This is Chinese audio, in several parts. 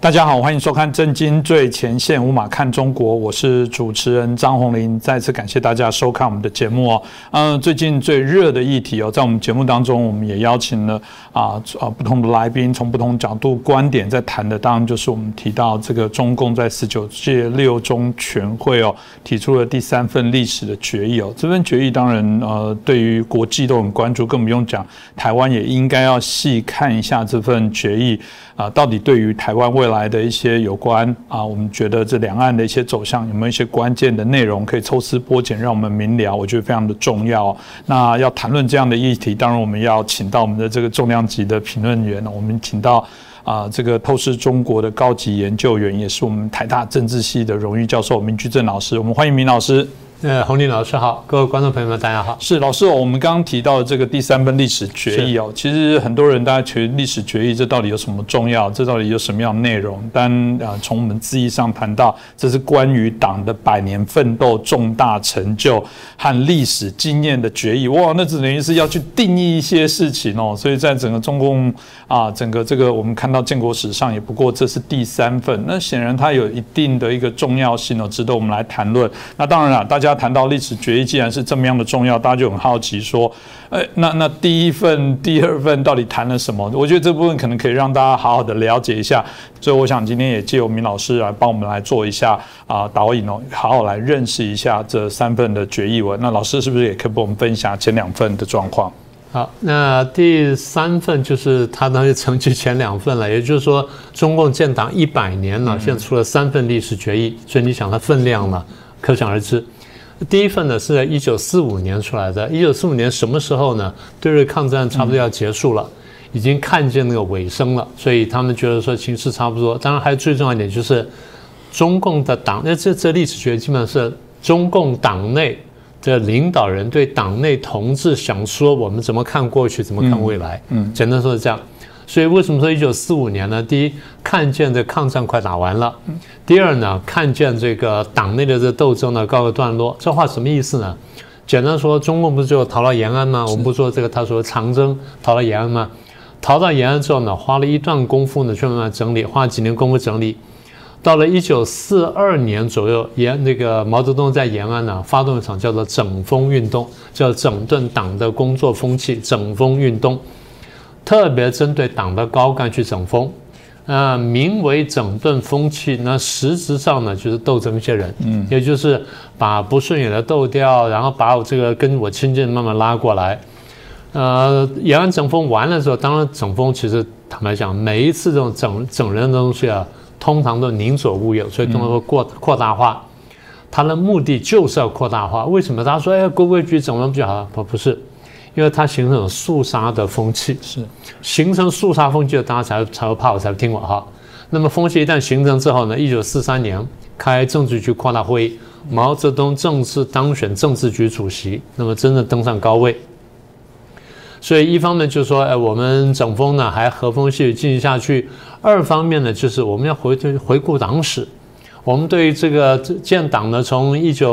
大家好，欢迎收看《震惊最前线》，无马看中国，我是主持人张宏林。再次感谢大家收看我们的节目哦。最近最热的议题哦，在我们节目当中，我们也邀请了不同的来宾，从不同角度观点在谈的，当然就是我们提到这个中共在19届六中全会哦提出了第3份历史的决议哦。这份决议当然对于国际都很关注，更不用讲台湾也应该要细看一下这份决议到底对于台湾未来的一些有关我们觉得这两岸的一些走向有没有一些关键的内容可以抽丝剥茧让我们明了，我觉得非常的重要。那要谈论这样的议题，当然我们要请到我们的这个重量级的评论员，我们请到这个透视中国的高级研究员，也是我们台大政治系的荣誉教授明居正老师，我们欢迎明老师。 洪林老师好，各位观众朋友们大家好。 是老师我们刚刚提到的这个第3份历史决议其实很多人大家觉得历史决议这到底有什么重要，这到底有什么样的内容？但从我们字义上谈到，这是关于党的100年奋斗重大成就和历史经验的决议。哇，那只等于是要去定义一些事情哦。所以在整个中共整个这个我们看到建国史上，也不过这是第3份，那显然它有一定的一个重要性值得我们来谈论。那当然大家谈到历史决议既然是这么样的重要，大家就很好奇说那第1份第2份到底谈了什么？我觉得这部分可能可以让大家好好的了解一下，所以我想今天也借由明老师来帮我们来做一下导引好好来认识一下这3份的决议文。那老师是不是也可以帮我们分享前2份的状况？ 好，那第3份就是他当时承继前2份了，也就是说中共建党100年了，现在出了3份历史决议，所以你想它分量呢，可想而知。第1份呢是在1945年出来的，1945年什么时候呢？对日抗战差不多要结束了，已经看见那个尾声了，所以他们觉得说情势差不多。当然还有最重要一点就是中共的党，这历史决议基本上是中共党内的领导人对党内同志想说我们怎么看过去，怎么看未来。简单说是这样。所以为什么说1945年呢？第一，看见这抗战快打完了；第二呢，看见这个党内的这斗争呢告个段落。这话什么意思呢？简单说，中共不是最后逃到延安吗？我们不说这个，他说长征逃到延安吗？逃到延安之后呢，花了一段功夫呢去慢慢整理，花了几年功夫整理。到了1942年左右，那个毛泽东在延安呢发动一场叫做整风运动，叫整顿党的工作风气，整风运动。特别针对党的高干去整风，名为整顿风气，那实质上呢就是斗争一些人，也就是把不顺眼的斗掉，然后把我这个跟我亲近慢慢拉过来。延安整风完了之后，当然整风其实坦白讲，每一次这种整人的东西通常都宁左勿右，所以通常会扩大化。它的目的就是要扩大化。为什么？大家说，规规矩矩整完不就好了？不是。因为它形成了肃杀的风气，是形成肃杀风气的，大家才会怕我，才会听我哈。那么风气一旦形成之后呢，1943年开政治局扩大会议，毛泽东正式当选政治局主席，那么真正登上高位。所以一方面就是说，我们整风呢还和风细雨进行下去；二方面呢，就是我们要回顾党史，我们对于这个建党呢，从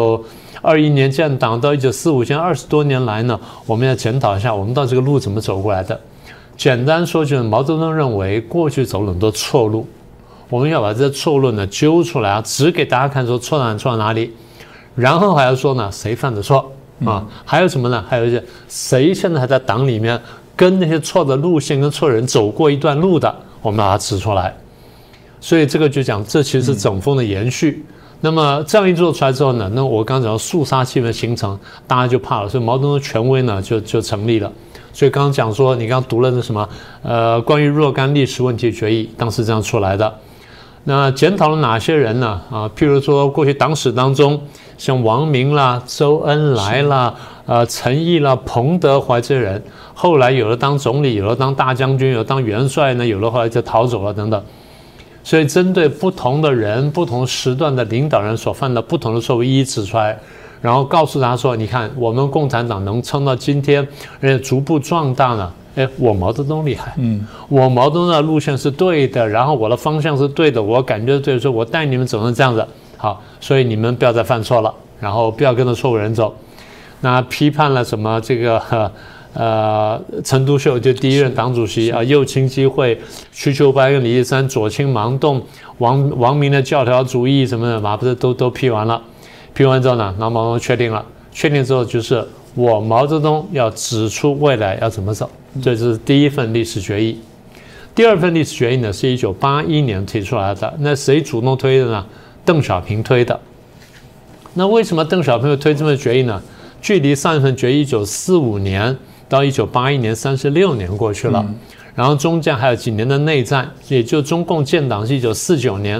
1921年建党到1945，现在20多年来呢，我们要检讨一下，我们到这个路怎么走过来的。简单说，就是毛泽东认为过去走了很多错路，我们要把这些错路呢揪出来指给大家看，说错在哪里，然后还要说呢谁犯的错还有什么呢？还有一些谁现在还在党里面跟那些错的路线跟错人走过一段路的，我们把它指出来。所以这个就讲，这其实是整风的延续。那么这样一做出来之后呢，那我刚讲到肃杀气氛形成，大家就怕了，所以毛泽东的权威呢就成立了。所以刚刚讲说，你刚刚读了那什么关于若干历史问题决议，当时这样出来的。那检讨了哪些人呢？譬如说过去党史当中，像王明啦、周恩来啦、陈毅啦、彭德怀这些人，后来有的当总理，有的当大将军，有的当元帅呢，有的后来就逃走了等等。所以针对不同的人、不同时段的领导人所犯的不同的错误一一指出来，然后告诉他说：“你看，我们共产党能撑到今天，而且逐步壮大呢。我毛泽东厉害，我毛泽东的路线是对的，然后我的方向是对的，我感觉是对的，说我带你们走成这样子，好，所以你们不要再犯错了，然后不要跟着错误人走。那批判了什么这个陈独秀就第一任党主席啊，右倾机会，瞿秋白跟李立三左倾盲动，王明的教条主义什么的，马不是都批完了，批完之后呢，然后毛泽东确定了，确定之后就是我毛泽东要指出未来要怎么走，这是第一份历史决议。第二份历史决议呢是1981年提出来的，那谁主动推的呢？邓小平推的。那为什么邓小平会推这份决议呢？距离上一份决议1945年到1981年36年过去了，然后中间还有几年的内战，也就中共建党是1949年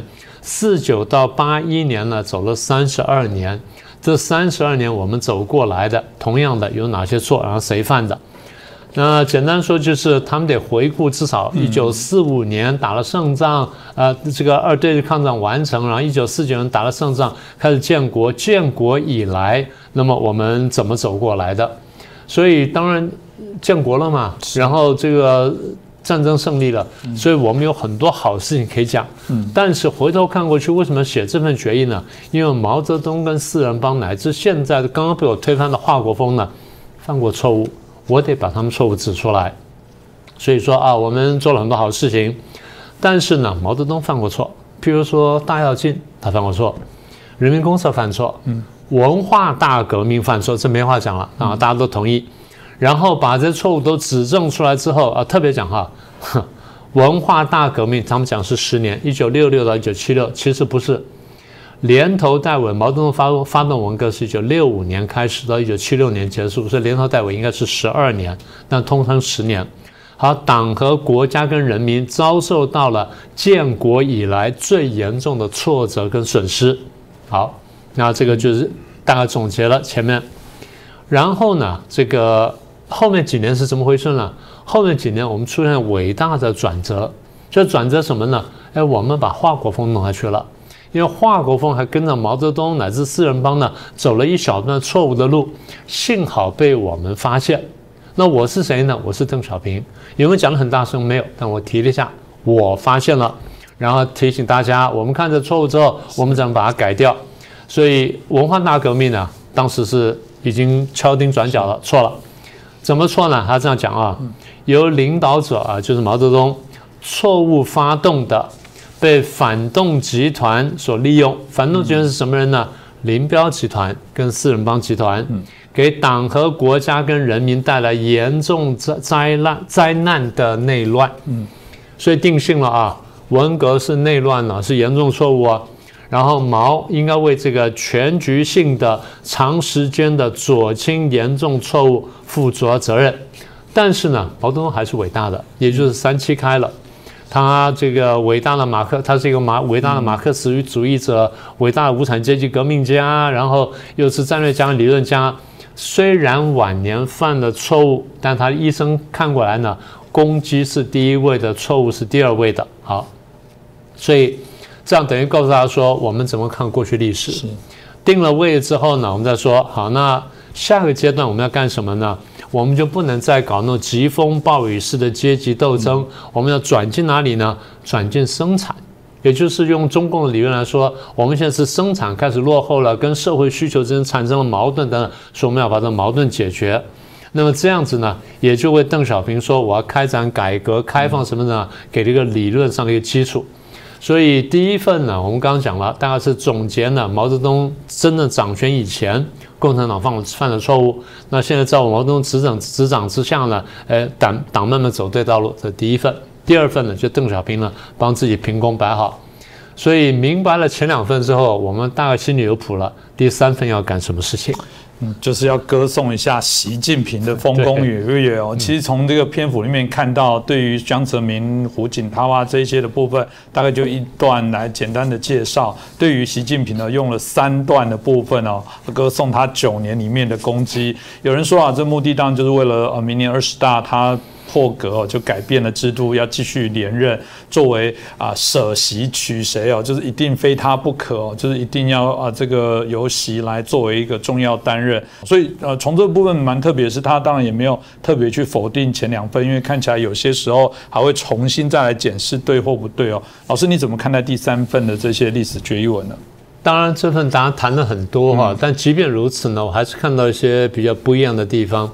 ，49到81年呢走了32年，这32年我们走过来的，同样的有哪些错，然后谁犯的？那简单说就是他们得回顾至少1945年打了胜仗，这个二对日抗战完成，然后1949年打了胜仗，开始建国，建国以来，那么我们怎么走过来的？所以当然建国了嘛，然后这个战争胜利了，所以我们有很多好事情可以讲。但是回头看过去，为什么写这份决议呢？因为毛泽东跟四人帮乃至现在的刚刚被我推翻的华国锋呢，犯过错误。我得把他们错误指出来，所以说啊，我们做了很多好事情，但是呢，毛泽东犯过错，譬如说大跃进他犯过错，人民公社犯错，文化大革命犯错，这没话讲了啊，大家都同意。然后把这些错误都指正出来之后啊，特别讲哈，文化大革命他们讲是10年，1966到1976，其实不是。连头带尾，毛泽东发动文革是1965年开始到1976年结束，所以连头带尾应该是12年，但通称10年。好，党和国家跟人民遭受到了建国以来最严重的挫折跟损失。好，那这个就是大概总结了前面。然后呢，这个后面几年是怎么回事呢？后面几年我们出现伟大的转折，这转折什么呢？我们把华国锋弄下去了。因为华国锋还跟着毛泽东乃至四人帮呢走了一小段错误的路，幸好被我们发现。那我是谁呢？我是邓小平。有没有讲得很大声？没有，但我提了一下，我发现了，然后提醒大家，我们看这错误之后，我们怎么把它改掉。所以文化大革命呢，当时是已经敲钉转角了，错了。怎么错呢？他这样讲啊，由领导者啊，就是毛泽东错误发动的。被反动集团所利用，反动集团是什么人呢？林彪集团跟四人帮集团，给党和国家跟人民带来严重灾难的内乱。所以定性了啊，文革是内乱了，是严重错误啊。然后毛应该为这个全局性的、长时间的左倾严重错误负主要责任。但是呢，毛泽东还是伟大的，也就是3·7开了。他这个伟大的他是一个伟大的马克思主义者，伟大的无产阶级革命家，然后又是战略家、理论家。虽然晚年犯了错误，但他一生看过来呢，攻击是第一位的，错误是第二位的。好，所以这样等于告诉大家说，我们怎么看过去历史。定了位之后呢，我们再说好，那下个阶段我们要干什么呢？我们就不能再搞那种疾风暴雨式的阶级斗争，我们要转进哪里呢？转进生产，也就是用中共的理论来说，我们现在是生产开始落后了，跟社会需求之间产生了矛盾等等，所以我们要把这矛盾解决。那么这样子呢，也就为邓小平说我要开展改革开放什么的，给了一个理论上的一个基础。所以第一份呢，我们刚刚讲了，大概是总结了毛泽东真正掌权以前，共产党犯了错误。那现在在毛泽东执掌之下呢，党慢慢走对道路，这是第一份。第二份呢，就邓小平呢帮自己评功摆好。所以明白了前2份之后，我们大概心里有谱了。第3份要干什么事情？ 就是要歌颂一下习近平的丰功伟业哦。其实从这个篇幅里面看到，对于江泽民、胡锦涛啊这一些的部分，大概就一段来简单的介绍。对于习近平呢，用了3段的部分哦，歌颂他9年里面的功绩。有人说啊，这目的当然就是为了明年20大他破格就改变了制度，要继续连任，作为舍习取谁哦，就是一定非他不可哦，就是一定要这个由习来作为一个重要担任。所以从这个部分蛮特别，是他当然也没有特别去否定前2份，因为看起来有些时候还会重新再来检视对或不对哦。老师你怎么看待第3份的这些历史决议文呢？ 当然这份大家谈了很多哈，但即便如此呢，我还是看到一些比较不一样的地方。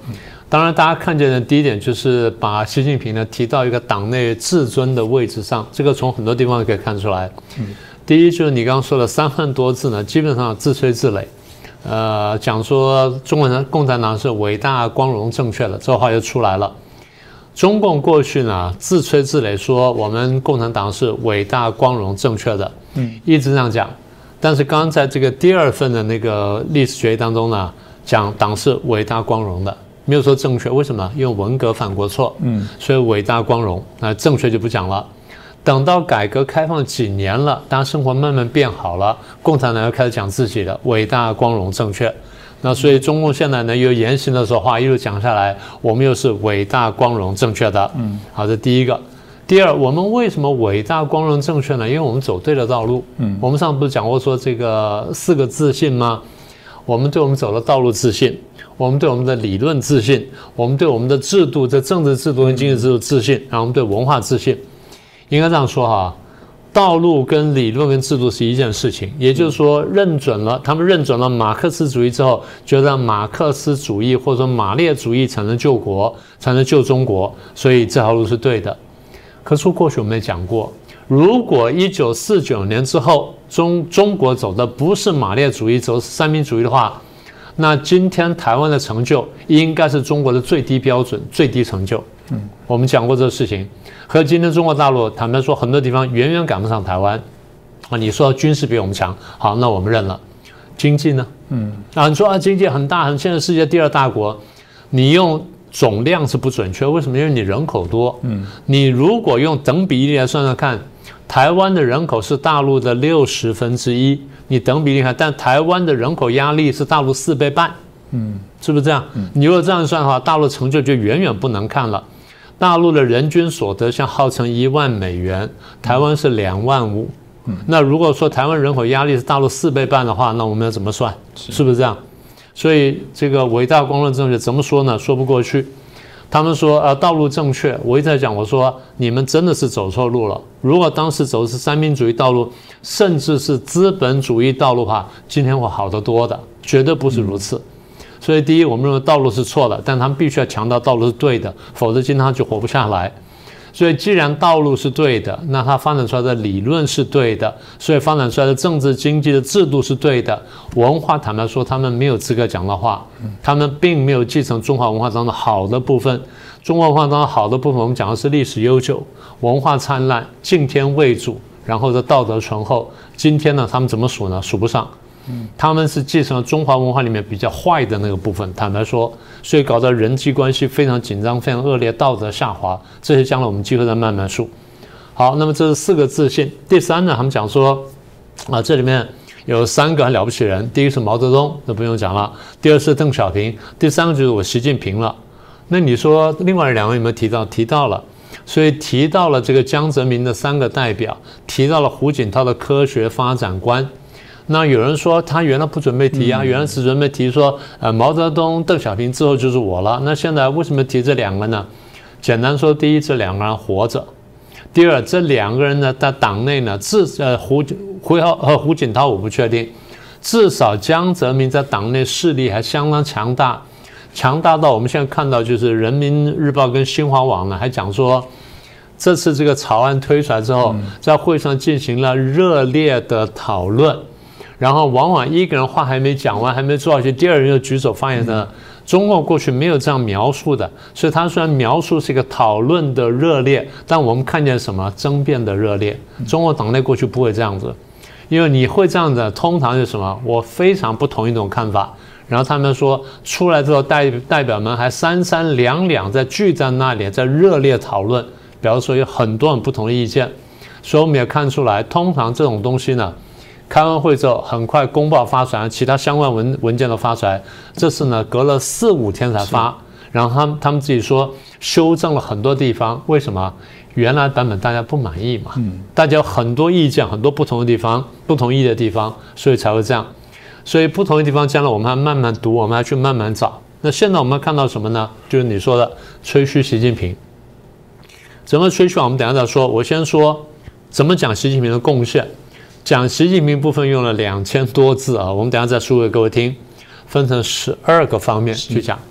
当然，大家看见的第一点就是把习近平呢提到一个党内至尊的位置上，这个从很多地方可以看出来。第一就是你刚刚说的3万多字呢，基本上自吹自擂，讲说中国人共产党是伟大、光荣、正确的，这话就出来了。中共过去呢自吹自擂说我们共产党是伟大、光荣、正确的，一直这样讲。但是刚刚在这个第2份的那个历史决议当中呢，讲党是伟大、光荣的。没有说正确，为什么？因为文革犯过错，所以伟大光荣，那正确就不讲了。等到改革开放几年了，大家生活慢慢变好了，共产党又开始讲自己的伟大光荣正确。那所以中共现在呢又言行的时候话一路讲下来，我们又是伟大光荣正确的。好，这第一个。第二，我们为什么伟大光荣正确呢？因为我们走对了道路。我们上次不是讲过说这个4个自信吗？我们对我们走的道路自信，我们对我们的理论自信，我们对我们的制度，这政治制度跟经济制度自信，然后我们对文化自信。应该这样说哈，道路跟理论跟制度是一件事情，也就是说他们认准了马克思主义之后，觉得马克思主义或者说马列主义才能救国，才能救中国，所以这条路是对的。可是过去我们也讲过，如果1949年之后中国走的不是马列主义，走的是三民主义的话，那今天台湾的成就应该是中国的最低标准、最低成就。我们讲过这个事情，和今天中国大陆坦白说，很多地方远远赶不上台湾。你说军事比我们强，好，那我们认了。经济呢？你说经济很大，现在世界第2大国，你用总量是不准确，为什么？因为你人口多。你如果用等比例来算算看，台湾的人口是大陆的1/60，你等比例看，但台湾的人口压力是大陆4倍半。是不是这样？你如果这样算的话，大陆成就就远远不能看了。大陆的人均所得像号称1万美元，台湾是2万5。那如果说台湾人口压力是大陆4倍半的话，那我们要怎么算？是不是这样？所以这个伟大光荣正确怎么说呢？说不过去。他们说道路正确，我一直在讲，我说你们真的是走错路了。如果当时走的是三民主义道路，甚至是资本主义道路的话，今天会好得多的，绝对不是如此。所以第一，我们认为道路是错的，但他们必须要强调道路是对的，否则今天他就活不下来。所以既然道路是对的，那它发展出来的理论是对的，所以发展出来的政治经济的制度是对的。文化坦白说，他们没有资格讲的话，他们并没有继承中华文化当中好的部分。中国文化当中好的部分，我们讲的是历史悠久、文化灿烂、敬天畏祖，然后的道德醇厚。今天呢，他们怎么数呢？数不上。他们是继承了中华文化里面比较坏的那个部分，坦白说，所以搞得人际关系非常紧张、非常恶劣，道德下滑。这些将来我们机会再慢慢数。好，那么这是4个自信。第3呢，他们讲说这里面有3个很了不起的人，第一个是毛泽东，这不用讲了；第2是邓小平；第3个就是我习近平了。那你说另外2位有没有提到？提到了。所以提到了这个江泽民的3个代表，提到了胡锦涛的科学发展观。那有人说他原来不准备提啊，原来只准备提说毛泽东、邓小平之后就是我了。那现在为什么提这2个呢？简单说，第一，这2个人活着；第二，这2个人呢，在党内呢，胡锦涛我不确定，至少江泽民在党内势力还相当强大，强大到我们现在看到，就是人民日报跟新华网呢还讲说，这次这个草案推出来之后，在会上进行了热烈的讨论。然后往往一个人话还没讲完，还没做下去，第2人又举手发言的。中国过去没有这样描述的，所以他虽然描述是一个讨论的热烈，但我们看见什么？争辩的热烈。中国党内过去不会这样子，因为你会这样的，通常是什么？我非常不同意这种看法。然后他们说出来之后，代表们还三三两两在聚在那里，在热烈讨论，表示说有很多很不同的意见。所以我们也看出来，通常这种东西呢，开完会之后，很快公报发出来，其他相关文件都发出来。这次呢，隔了4-5天才发，然后他们自己说修正了很多地方。为什么？原来版本大家不满意嘛，大家有很多意见，很多不同的地方，不同意的地方，所以才会这样。所以不同的地方，将来我们还慢慢读，我们还去慢慢找。那现在我们看到什么呢？就是你说的吹嘘习近平。怎么吹嘘？我们等一下再说。我先说怎么讲习近平的贡献。讲习近平部分用了2000多字啊，我们等一下再说给各位听，分成12个方面去讲。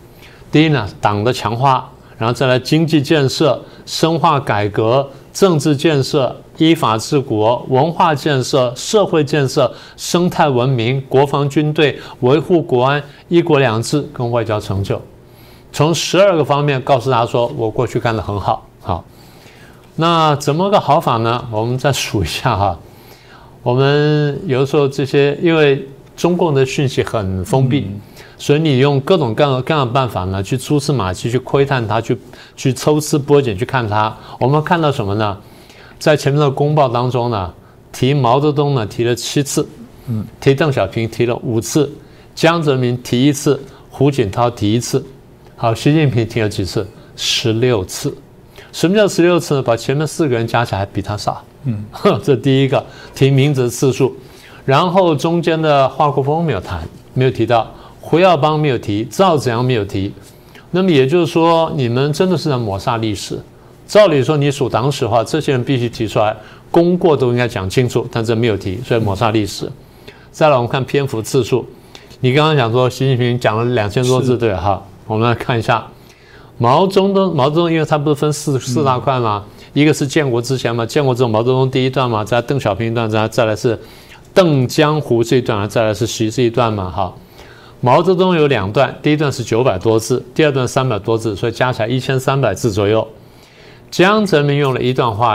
第一呢，党的强化，然后再来经济建设、深化改革、政治建设、依法治国、文化建设、社会建设、生态文明、国防军队、维护国安、一国两制跟外交成就，从12个方面告诉他说，我过去干得很好。好，那怎么个好法呢？我们再数一下哈。我们有的时候这些，因为中共的讯息很封闭，所以你用各种各样的办法呢，去蛛丝马迹去窥探它，去抽丝剥茧去看它。我们看到什么呢？在前面的公报当中呢，提毛泽东呢提了7次，提邓小平提了5次，江泽民提1次，胡锦涛提1次，好，习近平提了几次？16次。什么叫16次呢？把前面4个人加起来比他少。这第一个提名字的次数，然后中间的华国锋没有谈，没有提到，胡耀邦没有提，赵紫阳没有提。那么也就是说，你们真的是在抹杀历史。照理说，你数党史的话，这些人必须提出来，功过都应该讲清楚，但这没有提，所以抹杀历史。再来，我们看篇幅次数，你刚刚讲说习近平讲了2000多字，对哈？我们来看一下毛泽东，因为他不是分四大块吗？一个是建国之前嘛，建国之后毛泽东第一段嘛，再来邓小平一段，再来是邓江湖这一段，再来是习这一段嘛，哈。毛泽东有2段，第一段是900多字，第二段300多字，所以加起来1300字左右。江泽民用了一段话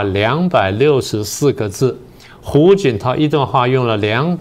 264个字，胡锦涛一段话用了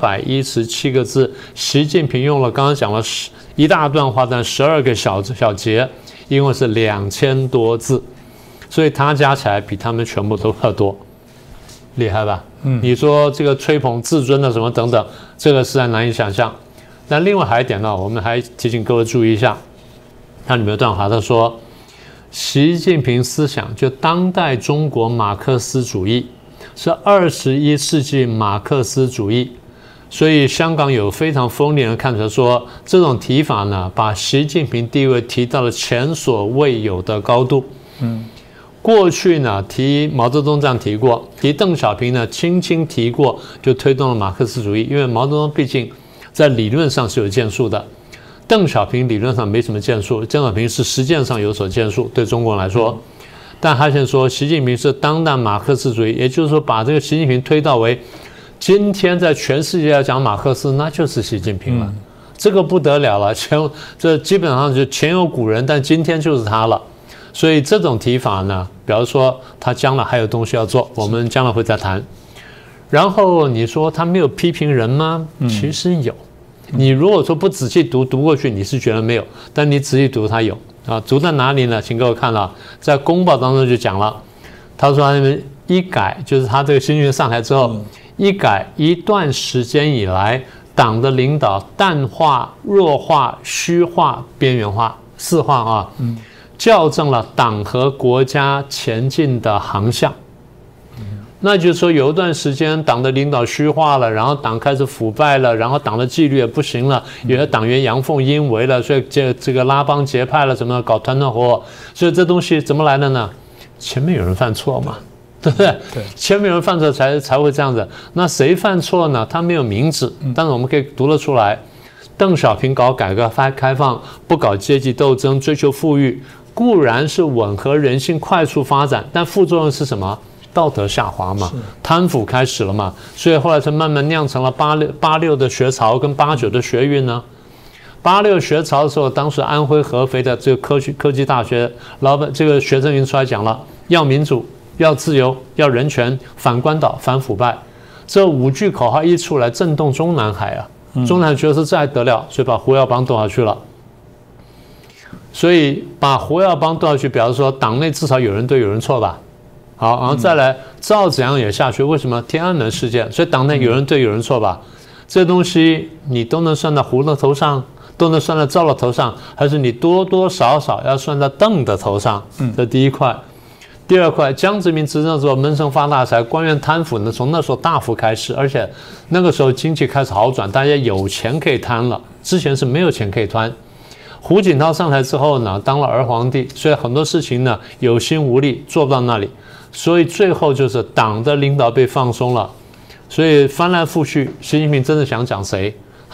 217个字，习近平用了刚刚讲了一大段话，但12个小节，一共是2000多字。所以他加起来比他们全部都要多，厉害吧？你说这个吹捧自尊的什么等等，这个实在难以想象。但另外还有一点呢，我们还提醒各位注意一下，它里面有段话，他说，习近平思想就当代中国马克思主义，是21世纪马克思主义。所以香港有非常锋利的看出说，这种提法呢，把习近平地位提到了前所未有的高度。过去呢，提毛泽东这样提过，提邓小平呢轻轻提过，就推动了马克思主义。因为毛泽东毕竟在理论上是有建树的，邓小平理论上没什么建树，邓小平是实践上有所建树，对中国来说。但他现在说习近平是当代马克思主义，也就是说把这个习近平推到为今天在全世界要讲马克思，那就是习近平了。这个不得了了，这基本上就前有古人，但今天就是他了。所以这种提法呢，比如说他将来还有东西要做，我们将来会再谈。然后你说他没有批评人吗？其实有。你如果说不仔细读过去，你是觉得没有，但你仔细读他有啊。读在哪里呢？请各位看了，在公报当中就讲了，他说他们一改，就是他这个习近平上台之后，一改一段时间以来党的领导淡化、弱化、虚化、边缘化4化啊。校正了党和国家前进的航向。那就是说，有一段时间党的领导虚化了，然后党开始腐败了，然后党的纪律也不行了，有些党员阳奉阴违了，所以这个拉帮结派了，什么搞团团伙，所以这东西怎么来的呢？前面有人犯错嘛，对不对？对，前面有人犯错才会这样子。那谁犯错呢？他没有名字，但是我们可以读得出来。邓小平搞改革开放，不搞阶级斗争，追求富裕，固然是吻合人性快速发展，但副作用是什么？道德下滑嘛，贪腐开始了嘛，所以后来才慢慢酿成了86的学潮跟89的学运呢。86学潮的时候，当时安徽合肥的这个科技大学老板这个学生已经出来讲了，要民主，要自由，要人权，反官倒，反腐败，这5句口号一出来，震动中南海啊！中南海觉得是这还得了，所以把胡耀邦斗下去了。所以把胡耀邦斗下去，表示说党内至少有人对有人错吧。好，然后再来赵紫阳也下去，为什么？天安门事件，所以党内有人对有人错吧。这东西你都能算到胡的头上，都能算到赵的头上，还是你多多少少要算到邓的头上？这第一块。第二块，江泽民执政的时候闷声发大财，官员贪腐呢，从那时候大幅开始，而且那个时候经济开始好转，大家有钱可以贪了，之前是没有钱可以贪。胡锦涛上台之后呢，当了儿皇帝，所以很多事情呢有心无力，做不到那里，所以最后就是党的领导被放松了。所以翻来覆去，习近平真的想讲谁？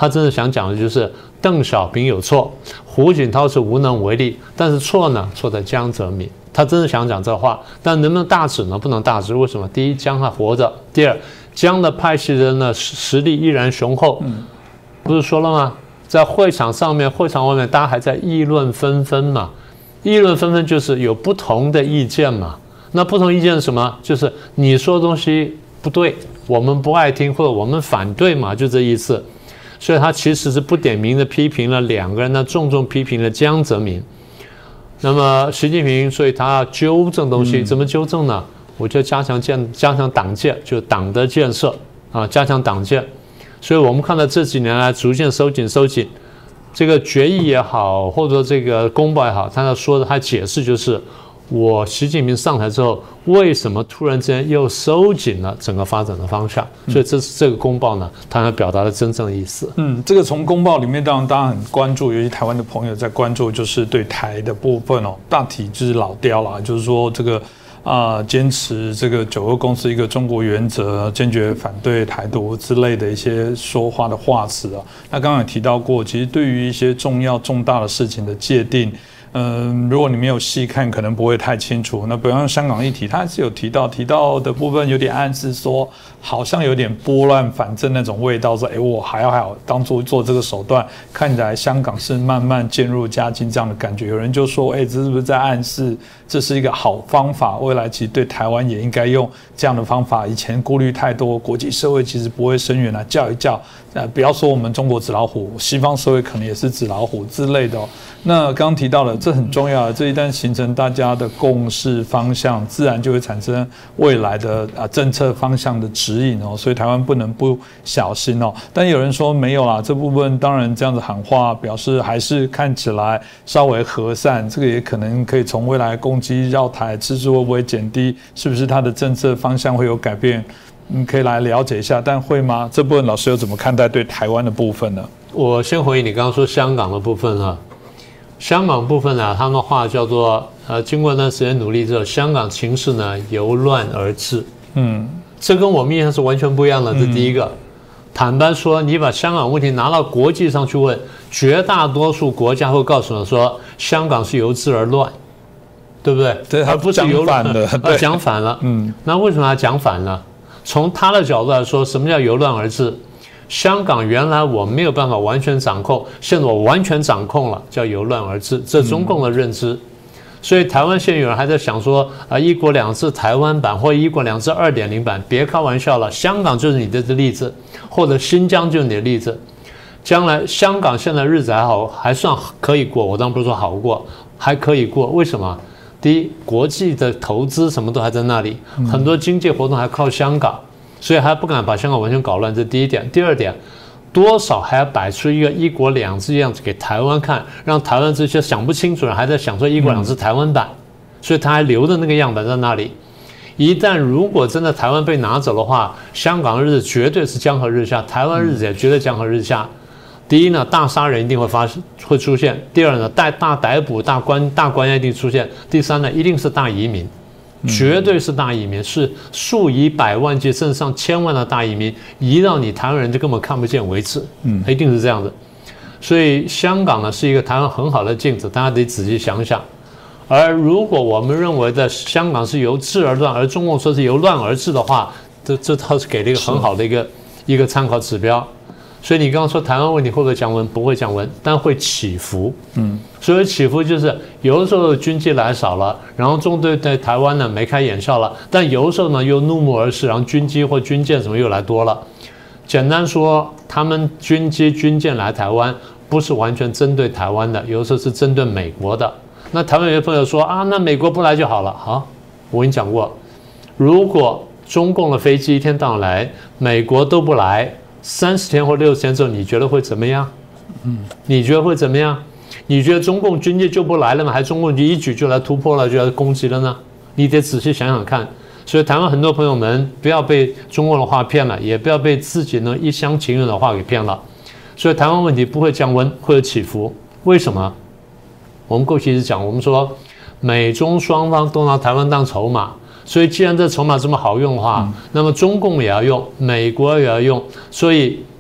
他真的想讲的就是邓小平有错，胡锦涛是无能为力，但是错呢，错在江泽民。他真的想讲这话，但能不能大指呢？不能大指。为什么？第一，江还活着；第二，江的派系人呢实力依然雄厚。不是说了吗？在会场上面、会场外面，大家还在议论纷纷嘛。议论纷纷就是有不同的意见嘛。那不同意见是什么？就是你说的东西不对，我们不爱听，或者我们反对嘛，就这意思。所以他其实是不点名的批评了两个人呢，重重批评了江泽民。那么习近平，所以他要纠正东西，怎么纠正呢？我就加强党建，就是党的建设啊，加强党建。所以我们看到这几年来逐渐收紧，这个决议也好，或者这个公报也好，他说的，他解释就是，我习近平上台之后，为什么突然之间又收紧了整个发展的方向？所以这个公报呢，它表达了真正的意思。 这个从公报里面，当然大家很关注，尤其台湾的朋友在关注，就是对台的部分哦，大体就是老调啦，就是说这个。坚持这个9个共识一个中国原则，坚决反对台独之类的一些说话的话词啊。那刚刚也提到过，其实对于一些重要重大的事情的界定，如果你没有细看，可能不会太清楚。那比方香港议题，他还是有提到的部分，有点暗示说，好像有点拨乱反正那种味道，说，我还要当做做这个手段，看起来香港是慢慢渐入佳境这样的感觉。有人就说，这是不是在暗示这是一个好方法？未来其实对台湾也应该用这样的方法。以前顾虑太多，国际社会其实不会声援来叫一叫。不要说我们中国纸老虎，西方社会可能也是纸老虎之类的哦。那刚刚提到了，这很重要的，这一旦形成大家的共识方向，自然就会产生未来的政策方向的指引哦。所以台湾不能不小心哦。但有人说没有啦，这部分当然这样子喊话，表示还是看起来稍微和善，这个也可能可以从未来攻击绕台次数会不会减低，是不是它的政策方向会有改变？可以来了解一下，但会吗？这部分老师又怎么看待对台湾的部分呢？ 我先回应你刚刚说香港的部分啊。香港部分呢，他们话叫做经过一段时间努力之后，香港情势呢由乱而治。这跟我们印象是完全不一样的。这第一个，坦白说，你把香港问题拿到国际上去问，绝大多数国家会告诉你说，香港是由治而乱，对不对？ 对， 而不是由反了， 讲反了。那为什么要讲反呢？从他的角度来说，什么叫由乱而治？香港原来我没有办法完全掌控，现在我完全掌控了，叫由乱而治，这中共的认知。所以台湾现在有人还在想说一国两制台湾版或一国两制2.0版，别开玩笑了，香港就是你的例子，或者新疆就是你的例子。将来香港现在日子还好，还算可以过，我当然不是说好过，还可以过。为什么？第一，国际的投资什么都还在那里，很多经济活动还靠香港，所以还不敢把香港完全搞乱，这第一点。第二点，多少还要摆出一个一国两制样子给台湾看，让台湾这些想不清楚的人还在想说一国两制台湾版，所以他还留着那个样本在那里。一旦如果真的台湾被拿走的话，香港日子绝对是江河日下，台湾日子也绝对江河日下。第一呢，大杀人一定会出现；第二呢，大逮捕、大关押一定出现；第三呢，一定是大移民，绝对是大移民，是数以百万计甚至上千万的大移民移到你台湾人就根本看不见为止，一定是这样的。所以香港呢是一个台湾很好的镜子，大家得仔细想想。而如果我们认为的香港是由治而乱，而中共说是由乱而治的话，这倒是给了一个很好的一个参考指标。所以你刚刚说台湾问题会不会降温？不会降温，但会起伏。所以起伏就是有的时候军机来少了，然后中队在台湾呢眉开眼笑了，但有的时候呢又怒目而视，然后军机或军舰什么又来多了。简单说，他们军机军舰来台湾不是完全针对台湾的，有的时候是针对美国的。那台湾有些朋友说那美国不来就好了。好，我跟你讲过，如果中共的飞机一天到晚来，美国都不来，30天或60天之后，你觉得会怎么样？你觉得会怎么样？你觉得中共军舰就不来了吗？还中共一举就来突破了，就来攻击了呢？你得仔细想想看。所以台湾很多朋友们不要被中共的话骗了，也不要被自己呢一厢情愿的话给骗了。所以台湾问题不会降温，会有起伏。为什么？我们过去一直讲，我们说美中双方都拿台湾当筹码，所以既然这筹码这么好用的话，那么中共也要用，美国也要用，所以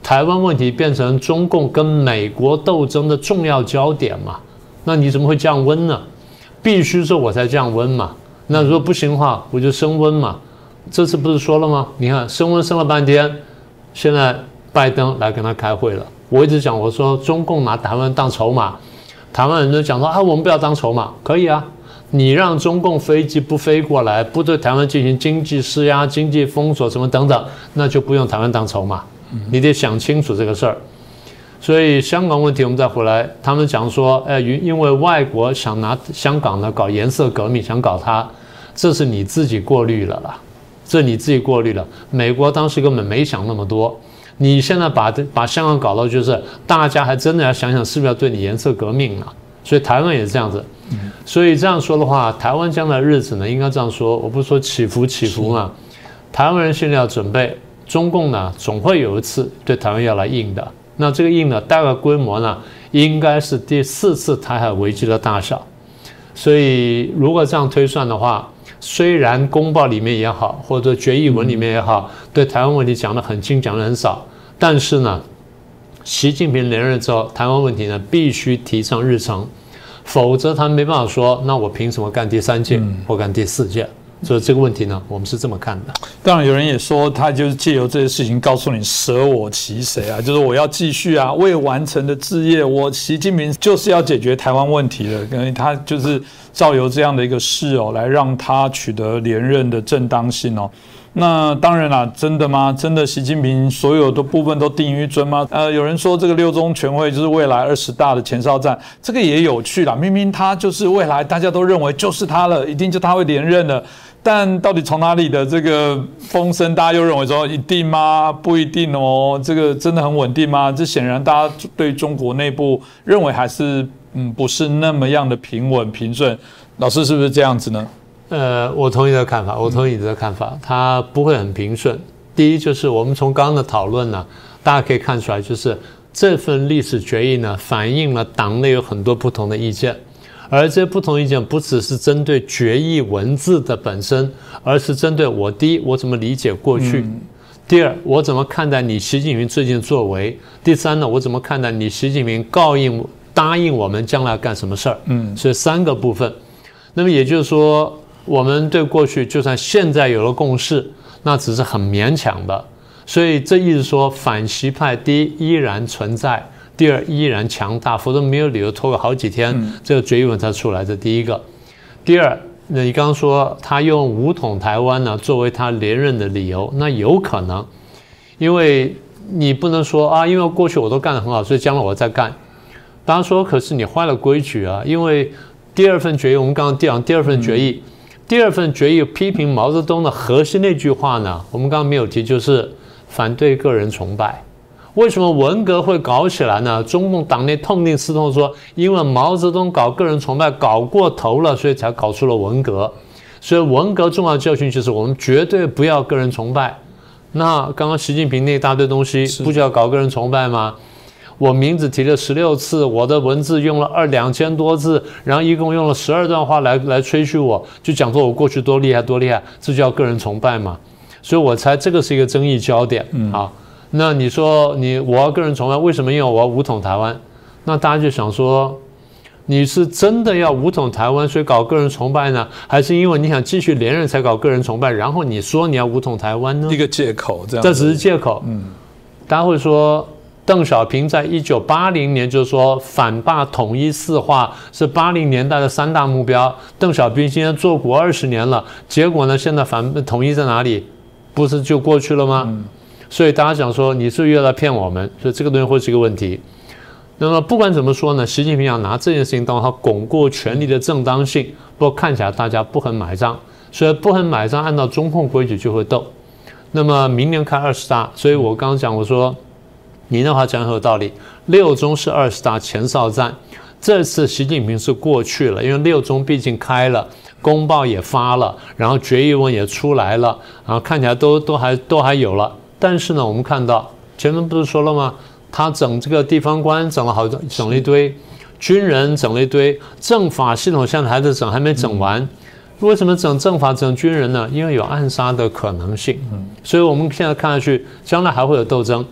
台湾问题变成中共跟美国斗争的重要焦点嘛？那你怎么会降温呢？必须说我才降温嘛。那如果不行的话，我就升温嘛。这次不是说了吗？你看升温升了半天，现在拜登来跟他开会了。我一直讲，我说中共拿台湾当筹码，台湾人都讲说啊，我们不要当筹码，可以啊。你让中共飞机不飞过来，不对台湾进行经济施压、经济封锁什么等等，那就不用台湾当筹码。你得想清楚这个事儿。所以香港问题我们再回来，他们讲说，因为外国想拿香港呢搞颜色革命，想搞它，这是你自己过滤了啦，这你自己过滤了。美国当时根本没想那么多，你现在把香港搞到就是大家还真的要想想是不是要对你颜色革命啊。所以台湾也是这样子。所以这样说的话，台湾将来的日子呢，应该这样说，我不是说起伏嘛，台湾人现在要准备，中共呢总会有一次对台湾要来硬的。那这个硬呢，大概规模呢，应该是第4次台海危机的大小。所以如果这样推算的话，虽然公报里面也好，或者决议文里面也好，对台湾问题讲得很轻，讲得很少，但是呢，习近平连任之后，台湾问题呢必须提上日程，否则他没办法说，那我凭什么干第3届或干第4届？所以这个问题呢，我们是这么看的。 当然，有人也说，他就是借由这些事情告诉你舍我其谁啊，就是我要继续啊，未完成的志业，我习近平就是要解决台湾问题的，因为他就是照由这样的一个事哦，来让他取得连任的正当性哦。那当然啦，真的吗？真的习近平所有的部分都定于尊吗？有人说这个6中全会就是未来20大的前哨战，这个也有趣啦。明明他就是未来大家都认为就是他了，一定就他会连任了。但到底从哪里的这个风声，大家又认为说一定吗？不一定哦。这个真的很稳定吗？这显然大家对中国内部认为还是不是那么样的平稳平顺。老师是不是这样子呢？ 我同意这个看法，它不会很平顺。第一就是我们从刚刚的讨论呢，大家可以看出来，就是这份历史决议呢，反映了党内有很多不同的意见。而这些不同意见不只是针对决议文字的本身，而是针对第一，我怎么理解过去；第二，我怎么看待你习近平最近的作为；第三呢，我怎么看待你习近平答应我们将来干什么事儿。所以3个部分。那么也就是说，我们对过去就算现在有了共识，那只是很勉强的。所以这意思说，反习派第一依然存在。第二，依然强大，否则没有理由拖个好几天，这个决议文才出来。这第一个。第二，那你刚刚说他用武统台湾呢作为他连任的理由，那有可能，因为你不能说啊，因为过去我都干得很好，所以将来我再干。大家说，可是你坏了规矩啊，因为第2份决议，我们刚刚讲第2份决议，第2份决议批评毛泽东的核心那句话呢，我们刚刚没有提，就是反对个人崇拜。为什么文革会搞起来呢？中共党内痛定思痛说，因为毛泽东搞个人崇拜搞过头了，所以才搞出了文革。所以文革重要的教训就是我们绝对不要个人崇拜。那刚刚习近平那一大堆东西，不就要搞个人崇拜吗？我名字提了16次，我的文字用了2000多字，然后一共用了12段话来吹嘘我，就讲说我过去多厉害多厉害，这叫个人崇拜嘛？所以我猜这个是一个争议焦点啊。那你说我要个人崇拜，为什么？因为我要武统台湾。那大家就想说，你是真的要武统台湾，所以搞个人崇拜呢，还是因为你想继续连任才搞个人崇拜？然后你说你要武统台湾呢？ 一个借口， 这只是借口。大家会说，邓小平在1980年就说反霸统一四化是80年代的3大目标。邓小平今天做国20年了，结果呢，现在反统一在哪里？不是就过去了吗？所以大家想说，你是不是又在骗我们？所以这个东西会是一个问题。那么不管怎么说呢，习近平要拿这件事情当他巩固权力的正当性，不过看起来大家不很买账，所以不很买账，按照中共规矩就会斗。那么明年开20大，所以我刚刚讲，我说你那话讲很有道理。6中是20大前哨战，这次习近平是过去了，因为6中毕竟开了。公报也发了，然后决议文也出来了，然后看起来都还有了。但是呢，我们看到前面不是说了吗？他整这个地方官整了一堆，军人整了一堆，政法系统现在还在整，还没整完。为什么整政法整军人呢？因为有暗杀的可能性。所以我们现在看下去，将来还会有斗争。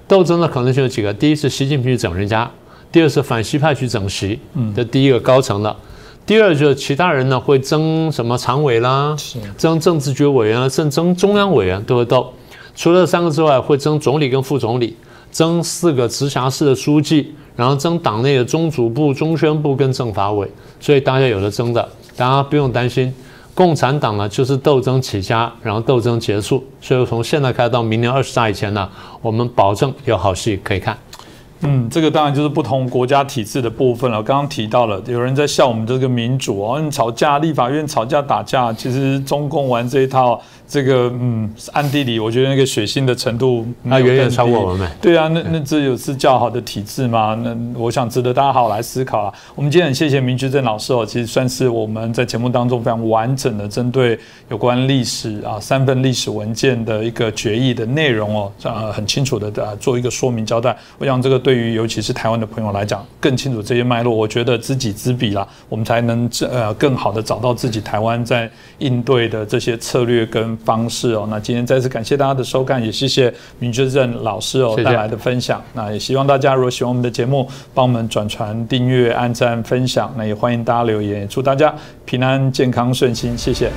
斗争的可能性有几个：第一是习近平去整人家，第二是反习派去整习，这第一个高层的。第二就是其他人呢会争什么常委啦，争政治局委员啦，甚至争中央委员都会斗。除了3个之外，会争总理跟副总理，争4个直辖市的书记，然后争党内的中组部、中宣部跟政法委。所以大家有的争的，大家不用担心。共产党呢就是斗争起家，然后斗争结束。所以从现在开始到明年20大以前呢，我们保证有好戏可以看。 这个当然就是不同国家体制的部分了。刚刚提到了，有人在笑我们这个民主哦，吵架，立法院吵架打架，其实中共玩这一套，这个暗地里我觉得那个血腥的程度那远远超过我们。 对啊，那这有是较好的体制吗？那我想值得大家好好来思考啊。我们今天很谢谢明居正老师哦，其实算是我们在节目当中非常完整的针对有关历史啊3份历史文件的一个决议的内容哦，很清楚的做一个说明交代。我想这个对于尤其是台湾的朋友来讲，更清楚这些脉络，我觉得知己知彼啦，我们才能更好的找到自己台湾在应对的这些策略跟方式哦。那今天再次感谢大家的收看，也谢谢明居正老师哦带来的分享。那也希望大家如果喜欢我们的节目，帮我们转传、订阅、按赞、分享。那也欢迎大家留言，祝大家平安、健康、顺心，谢谢。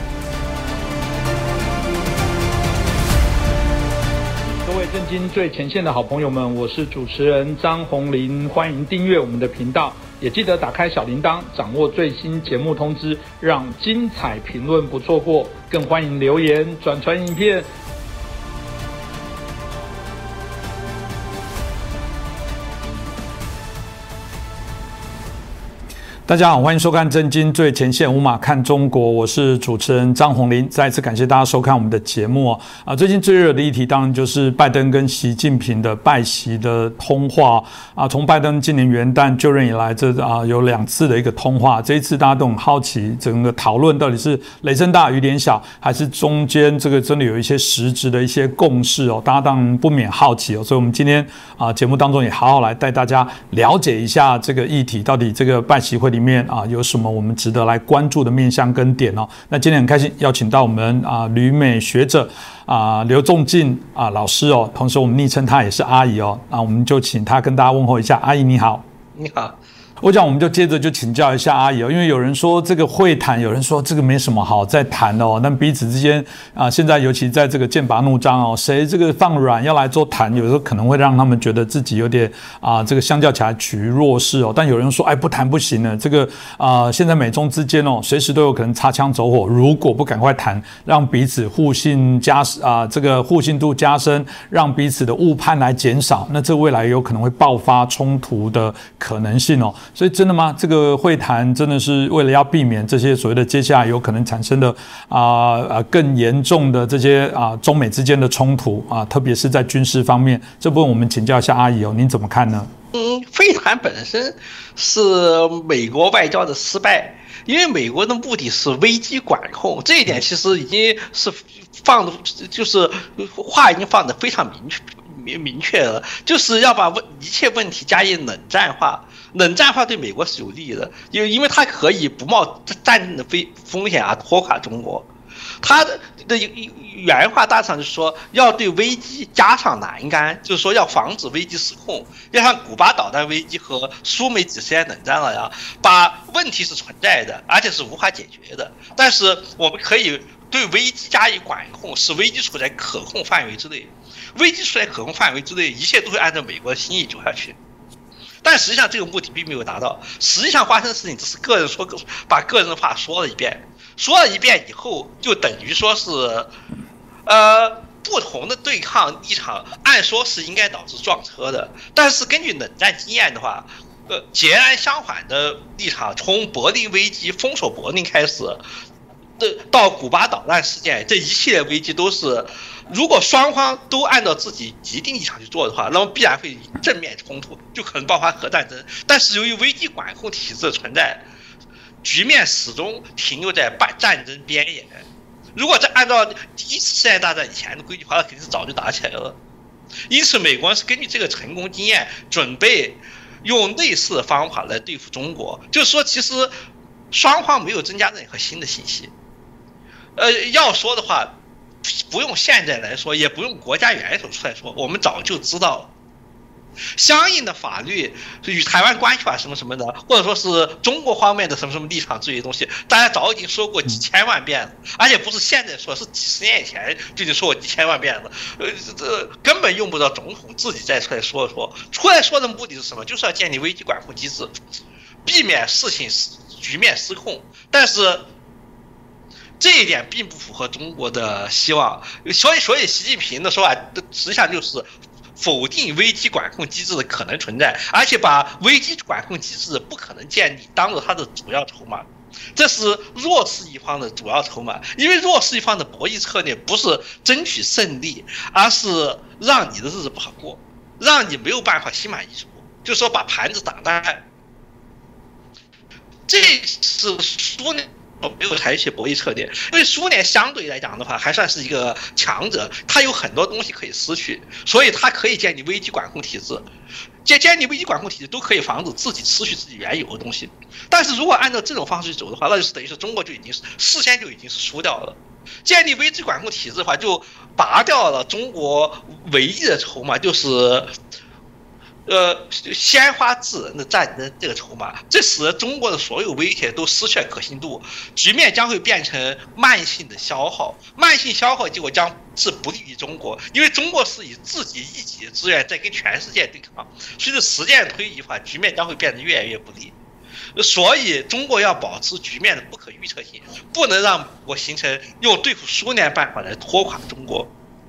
震惊最前线的好朋友们，我是主持人张宏林，欢迎订阅我们的频道，也记得打开小铃铛，掌握最新节目通知，让精彩评论不错过，更欢迎留言、转传影片。大家好，欢迎收看《震惊最前线》，无马看中国，我是主持人张宏林。再次感谢大家收看我们的节目最近最热的议题当然就是拜登跟习近平的拜习的通话从拜登今年元旦就任以来，这有2次的一个通话。这一次大家都很好奇，整个讨论到底是雷声大雨点小，还是中间这个真的有一些实质的一些共识大家当然不免好奇所以我们今天节目当中也好好来带大家了解一下这个议题，到底这个拜习会里面有什么我们值得来关注的面向跟点那今天很开心邀请到我们旅美学者刘仲敬老师同时我们昵称他也是阿姨那我们就请他跟大家问候一下。阿姨你好。 你好。 我讲我们就接着就请教一下阿姨因为有人说这个会谈，有人说这个没什么好再谈但彼此之间现在尤其在这个剑拔弩张谁这个放软要来做谈，有时候可能会让他们觉得自己有点这个相较起来处于弱势但有人说不谈不行了，这个现在美中之间随时都有可能擦枪走火，如果不赶快谈，让彼此互信这个互信度加深，让彼此的误判来减少，那这未来有可能会爆发冲突的可能性所以真的吗？这个会谈真的是为了要避免这些所谓的接下来有可能产生的更严重的这些中美之间的冲突特别是在军事方面，这部分我们请教一下阿姨您怎么看呢？ 会谈本身是美国外交的失败，因为美国的目的是危机管控，这一点其实已经是就是话已经放得非常明确了，就是要把一切问题加以冷战化。冷战化对美国是有利的，因为它可以不冒战争的风险拖垮中国。它的原话大致上就是说，要对危机加上栏杆，就是说要防止危机失控，要像古巴导弹危机和苏美几十年冷战那样，把问题是存在的，而且是无法解决的，但是我们可以对危机加以管控，使危机处在可控范围之内。危机处在可控范围之内，一切都会按照美国的心意走下去。但实际上这个目的并没有达到，实际上发生的事情只是把个人的话说了一遍以后，就等于说是不同的对抗立场按说是应该导致撞车的，但是根据冷战经验的话截然相反的立场，从柏林危机封锁柏林开始到古巴导弹事件，这一系列危机都是，如果双方都按照自己既定立场去做的话，那么必然会正面冲突，就可能爆发核战争。但是由于危机管控体制的存在，局面始终停留在战争边缘。如果按照第一次世界大战以前的规矩的话，那肯定是早就打起来了。因此美国是根据这个成功经验，准备用类似的方法来对付中国，就是说其实双方没有增加任何新的信息。要说的话，不用现在来说，也不用国家元首出来说，我们早就知道了。 相应的法律与台湾关系法什么什么的，或者说是中国方面的什么什么立场之类的东西，大家早已经说过几千万遍了，而且不是现在说，是几十年以前就已经说过几千万遍了。这根本用不着总统自己再出来说说。出来说的目的是什么？就是要建立危机管控机制，避免事情局面失控。但是这一点并不符合中国的希望，所以习近平的说法实际上就是否定危机管控机制的可能存在，而且把危机管控机制不可能建立当做他的主要筹码。这是弱势一方的主要筹码，因为弱势一方的博弈策略不是争取胜利，而是让你的日子不好过，让你没有办法心满意足，就是说把盘子打烂。这是苏联没有采取博弈策略，因为苏联相对来讲的话还算是一个强者，它有很多东西可以失去，所以它可以建立危机管控体制。建立危机管控体制都可以防止自己失去自己原有的东西，但是如果按照这种方式去走的话，那就是等于是中国就已经是事先就已经是输掉了。建立危机管控体制的话，就拔掉了中国唯一的筹码，就是鲜花致人的战争这个筹码，这使得中国的所有威胁都失去了可信度，局面将会变成慢性的消耗，慢性消耗结果将是不利于中国，因为中国是以自己一己的资源在跟全世界对抗，随着时间的推移的话，局面将会变得越来越不利。所以中国要保持局面的不可预测性，不能让我形成用对付苏联办法来拖垮中国。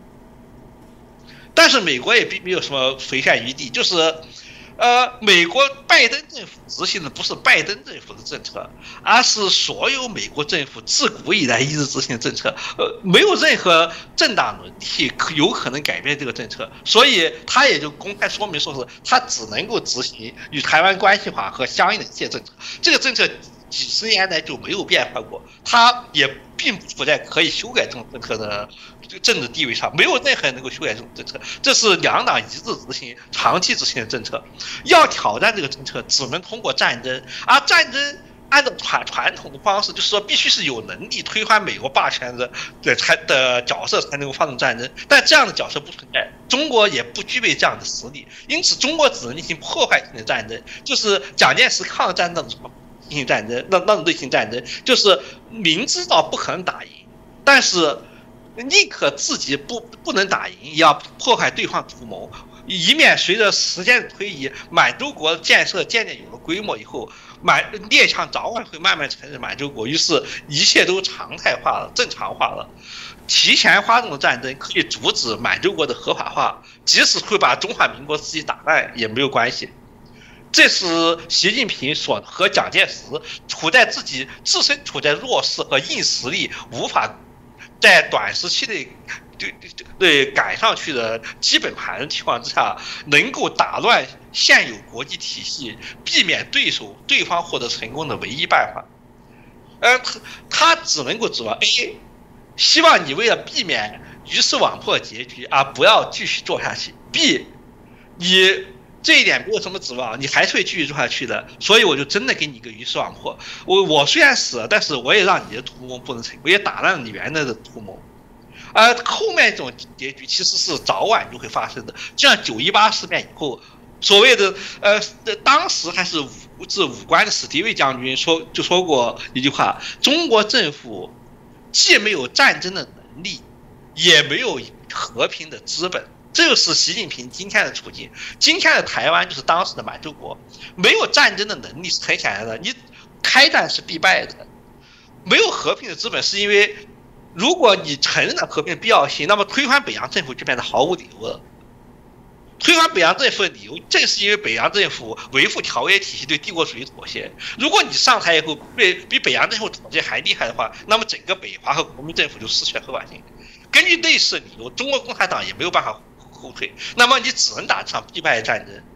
但是美国也并没有什么回旋余地，就是美国拜登政府执行的不是拜登政府的政策，而是所有美国政府自古以来一直执行的政策，没有任何政党轮替有可能改变这个政策，所以他也就公开说明说是他只能够执行与台湾关系法和相应的一些政策，这个政策几十年来就没有变化过，他也并不处在可以修改这种政策的政治地位上，没有任何人能够修改这种政策，这是两党一致执行、长期执行的政策。要挑战这个政策，只能通过战争，而战争按照传统的方式，就是说必须是有能力推翻美国霸权的角色才能够发动战争，但这样的角色不存在，中国也不具备这样的实力，因此中国只能进行破坏性的战争，就是蒋介石抗战那种进行战争，那种类型战争，就是明知道不可能打赢，但是宁可自己不能打赢，也要破坏对方图谋，以免随着时间的推移，满洲国建设渐渐有了规模以后，列强早晚会慢慢承认满洲国，于是一切都常态化了、正常化了。提前发动的战争可以阻止满洲国的合法化，即使会把中华民国自己打烂也没有关系。这是习近平和蒋介石自身处在弱势和硬实力无法在短时期内对赶上去的基本盘的情况之下，能够打乱现有国际体系，避免对方获得成功的唯一办法。他只能够指望 A， 希望你为了避免鱼死网破结局而不要继续做下去。B， 你这一点没有什么指望，你还是会继续做下去的，所以我就真的给你一个鱼死网破。我虽然死了，但是我也让你的图谋不能成功，也打烂了你原来的图谋。后面这种结局其实是早晚就会发生的，就像9·18事变以后，所谓的当时还是武官的史迪威将军就说过一句话：中国政府既没有战争的能力，也没有和平的资本。这就是习近平今天的处境。今天的台湾就是当时的满洲国，没有战争的能力是很显然的，你开战是必败的。没有和平的资本，是因为如果你承认了和平的必要性，那么推翻北洋政府就变得毫无理由了。推翻北洋政府的理由，正是因为北洋政府维护条约体系对帝国主义妥协。如果你上台以后比北洋政府妥协还厉害的话，那么整个北华和国民政府就失去了合法性。根据类似的理由，中国共产党也没有办法后退，那么你只能打这场必败战争。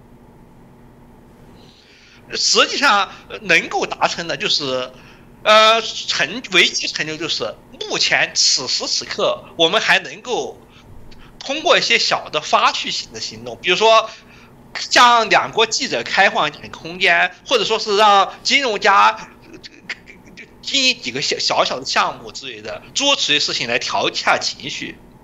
实际上能够达成的就是唯一成就就是目前此时此刻我们还能够通过一些小的发觑性的行动，比如说向两国记者开放一点空间，或者说是让金融家经营几个小的项目之类的，诸如此类事情来调一下情绪。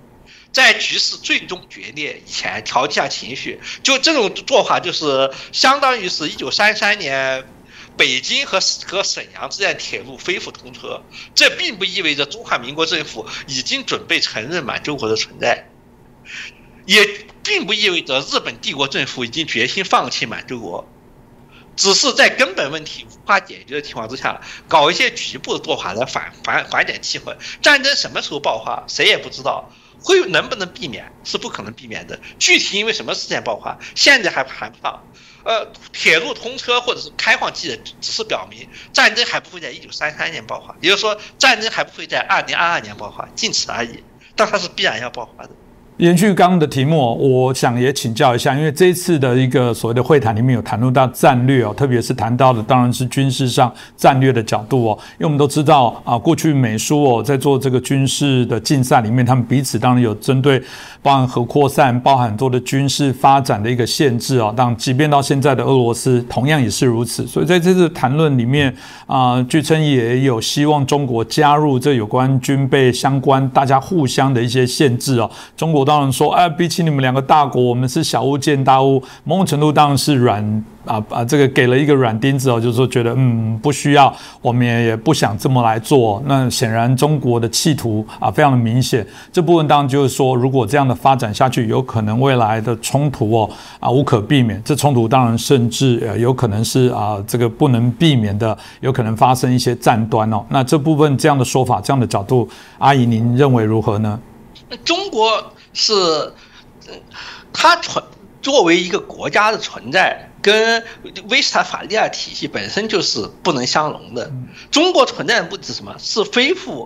在局势最终决裂以前调节下情绪，就这种做法就是相当于是1933年北京和沈阳之间铁路恢复通车，这并不意味着中华民国政府已经准备承认满洲国的存在，也并不意味着日本帝国政府已经决心放弃满洲国，只是在根本问题无法解决的情况之下，搞一些局部的做法来缓解气氛。战争什么时候爆发，谁也不知道。能不能避免是不可能避免的，具体因为什么事件爆发，现在还谈不上。铁路通车或者是开放记只是表明战争还不会在1933年爆发，也就是说战争还不会在2022年爆发，仅此而已。但它是必然要爆发的。 延续刚刚的题目，我想也请教一下，因为这一次的一个所谓的会谈里面有谈论到战略特别是谈到的当然是军事上战略的角度因为我们都知道过去美苏在做这个军事的竞赛里面，他们彼此当然有针对包含核扩散、包含很多的军事发展的一个限制当然即便到现在的俄罗斯同样也是如此，所以在这次谈论里面据称也有希望中国加入这有关军备相关大家互相的一些限制中国当然说比起你们两个大国，我们是小巫见大巫，某种程度当然是这个给了一个软钉子就是说觉得不需要，我们也不想这么来做。那显然中国的企图非常的明显，这部分当然就是说，如果这样的发展下去，有可能未来的冲突无可避免。这冲突当然甚至有可能是这个不能避免的，有可能发生一些战端那这部分这样的说法，这样的角度，阿姨您认为如何呢？ 中国是它作为一个国家的存在，跟威斯特伐利亚体系本身就是不能相容的。中国存在的目的是什么？是恢复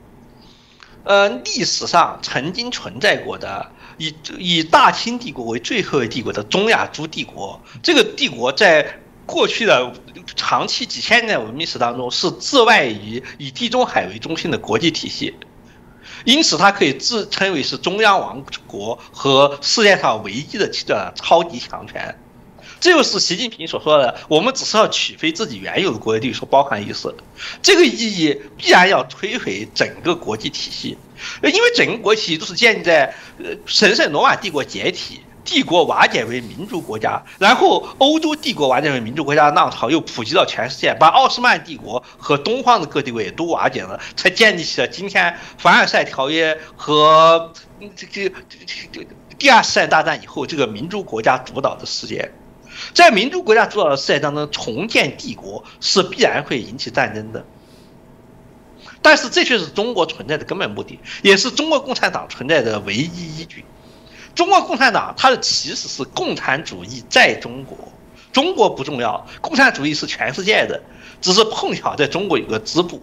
历史上曾经存在过的以大清帝国为最后帝国的中亚诸帝国。这个帝国在过去的长期几千年文明史当中是自外于以地中海为中心的国际体系，因此它可以自称为是中央王国和世界上唯一的超级强权。这就是习近平所说的我们只是要取回自己原有的国有地所包含意思。这个意义必然要摧毁整个国际体系，因为整个国际体系都是建立在神圣罗马帝国解体，帝国瓦解为民族国家，然后欧洲帝国瓦解为民族国家的浪潮又普及到全世界，把奥斯曼帝国和东方的各帝国也都瓦解了，才建立起了今天凡尔赛条约和第二次世界大战以后这个民族国家主导的世界。在民族国家主导的世界当中，重建帝国是必然会引起战争的，但是这却是中国存在的根本目的，也是中国共产党存在的唯一依据。中国共产党它的起始是共产主义在中国，中国不重要，共产主义是全世界的，只是碰巧在中国有个支部。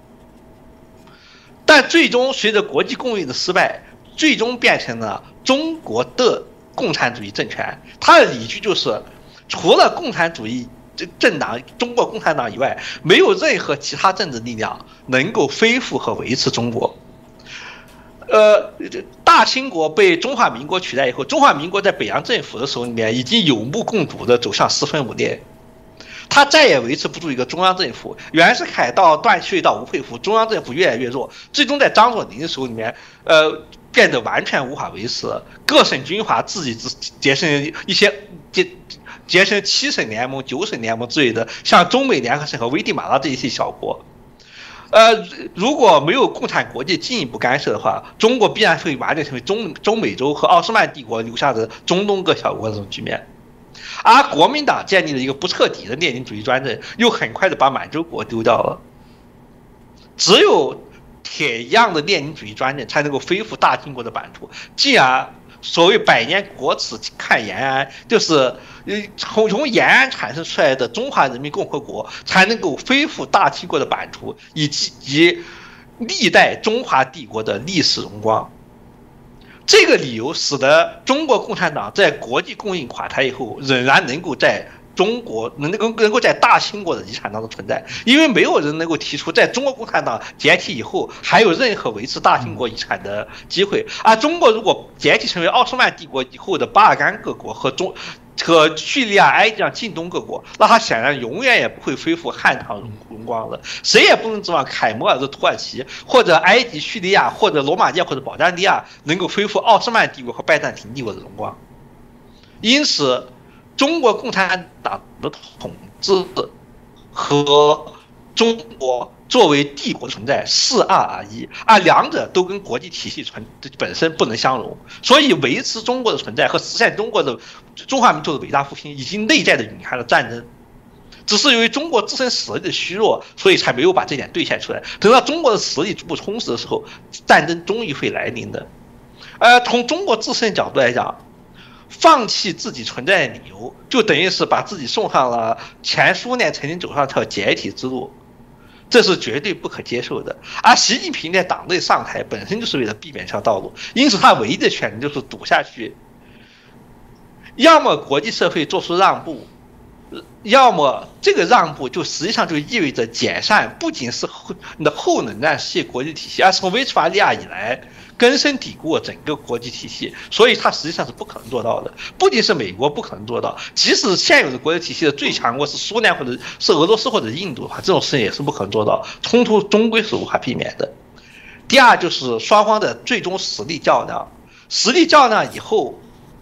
但最终随着国际共运的失败，最终变成了中国的共产主义政权。它的理据就是除了共产主义政党中国共产党以外，没有任何其他政治力量能够恢复和维持中国。大清国被中华民国取代以后，中华民国在北洋政府的手里面已经有目共睹的走向四分五裂，他再也维持不住一个中央政府。袁世凯到段祺瑞到吴佩孚，中央政府越来越弱，最终在张作霖的手里面变得完全无法维持，各省军阀自己结成7省联盟、9省联盟之类的，像中美联合省和危地马拉这一些小国。如果没有共产国际进一步干涉的话，中国必然会完全成为中美洲和奥斯曼帝国留下的中东各小国的这种局面。而国民党建立了一个不彻底的列宁主义专政，又很快的把满洲国丢掉了。只有铁一样的列宁主义专政才能够恢复大清国的版图，进而所谓百年国耻看延安，就是从延安产生出来的中华人民共和国才能够恢复大清国的版图，以及历代中华帝国的历史荣光。这个理由使得中国共产党在国际共运垮台以后，仍然能够在中国能够在大清国的遗产当中存在，因为没有人能够提出在中国共产党解体以后还有任何维持大清国遗产的机会。而中国如果解体成为奥斯曼帝国以后的巴尔干各国和和叙利亚、埃及这样近东各国，那他显然永远也不会恢复汉唐荣光的。谁也不能指望凯末尔的土耳其或者埃及、叙利亚或者罗马尼亚或者保加利亚能够恢复奥斯曼帝国和拜占庭帝国的荣光。因此，中国共产党的统治和中国作为帝国存在是二而一，而两者都跟国际体系本身不能相容，所以维持中国的存在和实现中华民族的伟大复兴，已经内在的蕴含了战争。只是由于中国自身实力的虚弱，所以才没有把这点兑现出来。等到中国的实力逐步充实的时候，战争终于会来临的。从中国自身角度来讲，放弃自己存在的理由，就等于是把自己送上了前苏联曾经走上一条解体之路。这是绝对不可接受的，而习近平在党内上台本身就是为了避免这条道路，因此他唯一的选择就是赌下去，要么国际社会做出让步，要么这个让步就实际上就意味着解散不仅是后冷战时期国际体系，而是从威斯法利亚以来根深蒂固整个国际体系，所以它实际上是不可能做到的。不仅是美国不可能做到，即使现有的国际体系的最强国是苏联或者是俄罗斯或者印度的话，这种事情也是不可能做到，冲突终归是无法避免的。第二就是双方的最终实力较量，实力较量以后，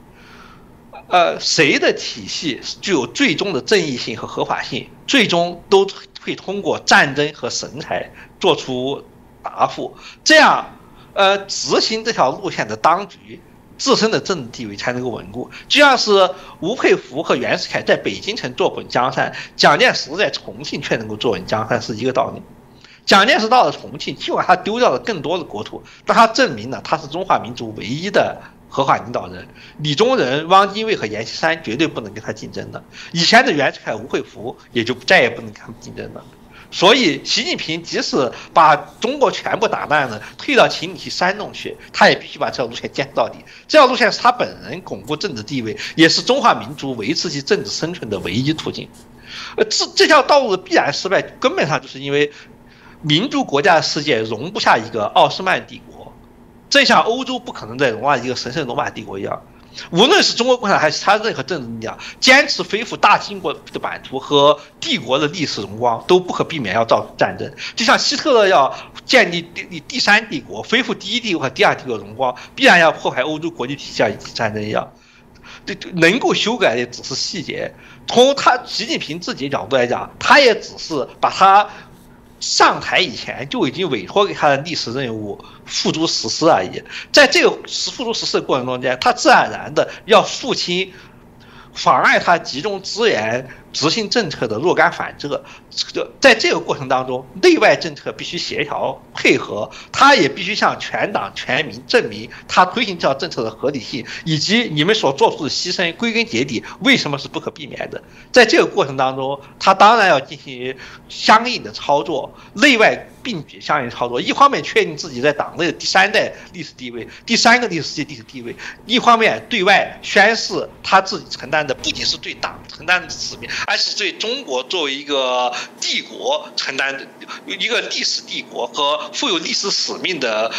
谁的体系具有最终的正义性和合法性，最终都会通过战争和审裁做出答复，这样执行这条路线的当局自身的政治地位才能够稳固。就像是吴佩孚和袁世凯在北京城坐稳江山，蒋介石在重庆却能够坐稳江山是一个道理。蒋介石到了重庆，尽管他丢掉了更多的国土，但他证明了他是中华民族唯一的合法领导人。李宗仁、汪精卫和阎锡山绝对不能跟他竞争的，以前的袁世凯、吴佩孚也就再也不能跟他们竞争了。所以，习近平即使把中国全部打烂了，退到秦岭山洞去，他也必须把这条路线坚持到底。这条路线是他本人巩固政治地位，也是中华民族维持其政治生存的唯一途径。这条道路的必然失败，根本上就是因为民族国家的世界容不下一个奥斯曼帝国，正像欧洲不可能再容纳一个神圣罗马帝国一样。无论是中国共产党还是他任何政治力量，坚持恢复大清国的版图和帝国的历史荣光，都不可避免要造成战争。就像希特勒要建立第三帝国，恢复第一帝国和第二帝国的荣光，必然要破坏欧洲国际体系，像战争一样。能够修改的只是细节。从习近平自己的角度来讲，他也只是把他上台以前就已经委托给他的历史任务付诸实施而已。在这个付诸实施的过程中间，他自然而然的要肃清妨碍他集中资源执行政策的若干反折。在这个过程当中，内外政策必须协调配合，他也必须向全党全民证明他推行这条政策的合理性，以及你们所做出的牺牲归根结底为什么是不可避免的。在这个过程当中，他当然要进行相应的操作，内外并举相应操作。一方面确定自己在党内的第三代历史地位，第三个历史地位；一方面对外宣示他自己承担的不仅是对党承担的使命，而是对中国作为一个帝国承担的一个历史帝国和负有历史使命的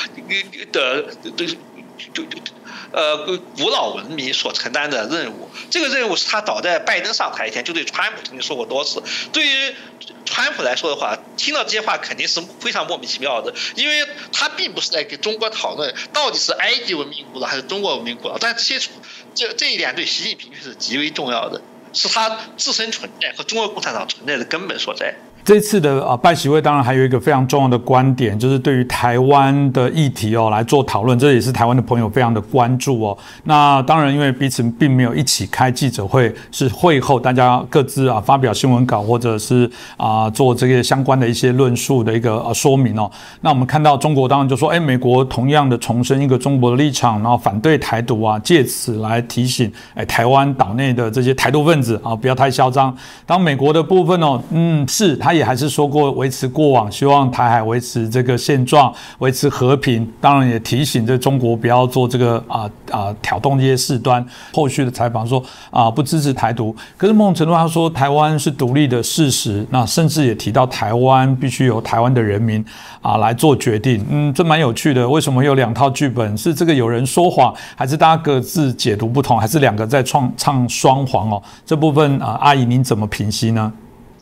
古老文明所承担的任务。这个任务是他早在拜登上台前就对川普曾经说过多次。对于川普来说的话，听到这些话肯定是非常莫名其妙的，因为他并不是在跟中国讨论到底是埃及文明古老还是中国文明古老，但这一点对习近平却是极为重要的，是他自身存在和中国共产党存在的根本所在。 这次的拜习会当然还有一个非常重要的观点，就是对于台湾的议题来做讨论，这也是台湾的朋友非常的关注。那当然因为彼此并没有一起开记者会，是会后大家各自发表新闻稿或者是做这个相关的一些论述的一个说明。那我们看到中国当然就说美国同样的重申一个中国的立场，然后反对台独借此来提醒台湾岛内的这些台独分子不要太嚣张。当美国的部分是他他也还是说过维持过往，希望台海维持这个现状，维持和平。当然也提醒这中国不要做这个挑动这些事端。后续的采访说不支持台独，可是某种程度他说台湾是独立的事实，那甚至也提到台湾必须由台湾的人民来做决定。这蛮有趣的。为什么有2套剧本？是这个有人说谎，还是大家各自解读不同，还是2个在唱双簧哦？这部分阿姨您怎么评析呢？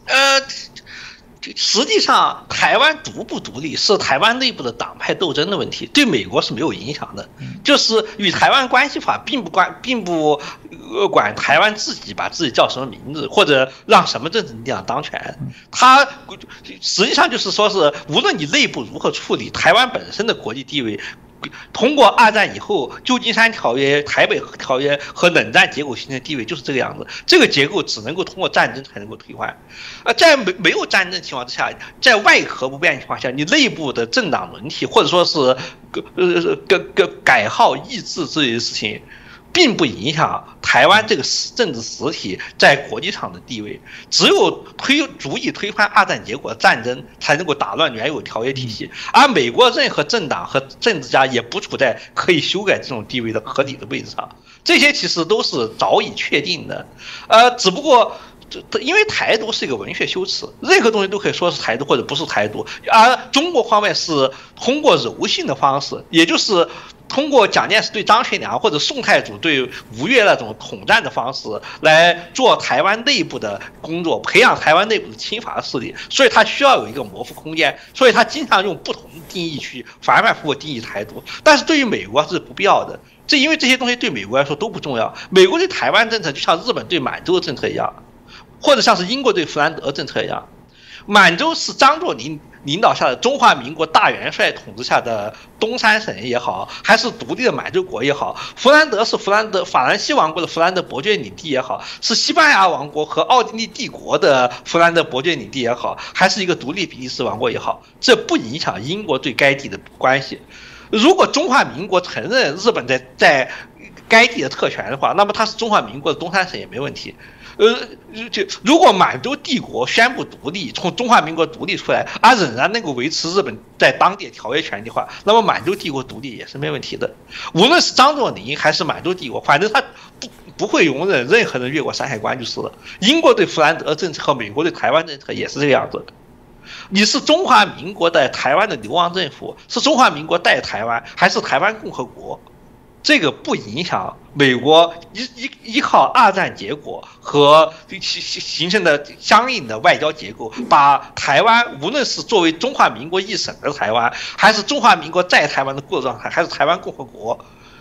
实际上，台湾独不独立是台湾内部的党派斗争的问题，对美国是没有影响的。就是与台湾关系法并不管台湾自己把自己叫什么名字，或者让什么政治力量当权。它实际上就是说是，无论你内部如何处理，台湾本身的国际地位。通过2战以后旧金山条约、台北条约和冷战结构形成地位就是这个样子。这个结构只能够通过战争才能够推翻。在没有战争情况之下，在外核不变情况下，你内部的政党轮替或者说是改号易制这些事情，并不影响台湾这个政治实体在国际上的地位。只有足以推翻2战结果的战争，才能够打乱原有条约体系。而美国任何政党和政治家也不处在可以修改这种地位的合理的位置上。这些其实都是早已确定的。只不过因为台独是一个文学修辞，任何东西都可以说是台独或者不是台独，而中国方面是通过柔性的方式，也就是通过蒋介石对张学良或者宋太祖对吴越那种统战的方式来做台湾内部的工作，培养台湾内部的亲法势力，所以他需要有一个模糊空间，所以他经常用不同的定义去反复地定义台独。但是对于美国是不必要的，因为这些东西对美国来说都不重要。美国对台湾政策就像日本对满洲的政策一样，或者像是英国对弗兰德政策一样。满洲是张作霖领导下的中华民国大元帅统治下的东三省也好，还是独立的满洲国也好，弗兰德是法兰西王国的弗兰德伯爵领地也好，是西班牙王国和奥地利帝国的弗兰德伯爵领地也好，还是一个独立比利时王国也好，这不影响英国对该地的关系。如果中华民国承认日本在该地的特权的话，那么它是中华民国的东三省也没问题。如果满洲帝国宣布独立，从中华民国独立出来，而仍然能够维持日本在当地条约权的话，那么满洲帝国独立也是没问题的。无论是张作霖还是满洲帝国，反正他不会容忍任何人越过山海关就是了。英国对弗兰德政策和美国对台湾政策也是这个样子。你是中华民国在台湾的流亡政府，是中华民国带台湾，还是台湾共和国？这个不影响美国依靠2战结果和形成的相应的外交结构，把台湾无论是作为中华民国一省的台湾，还是中华民国在台湾的过渡状态，还是台湾共和国，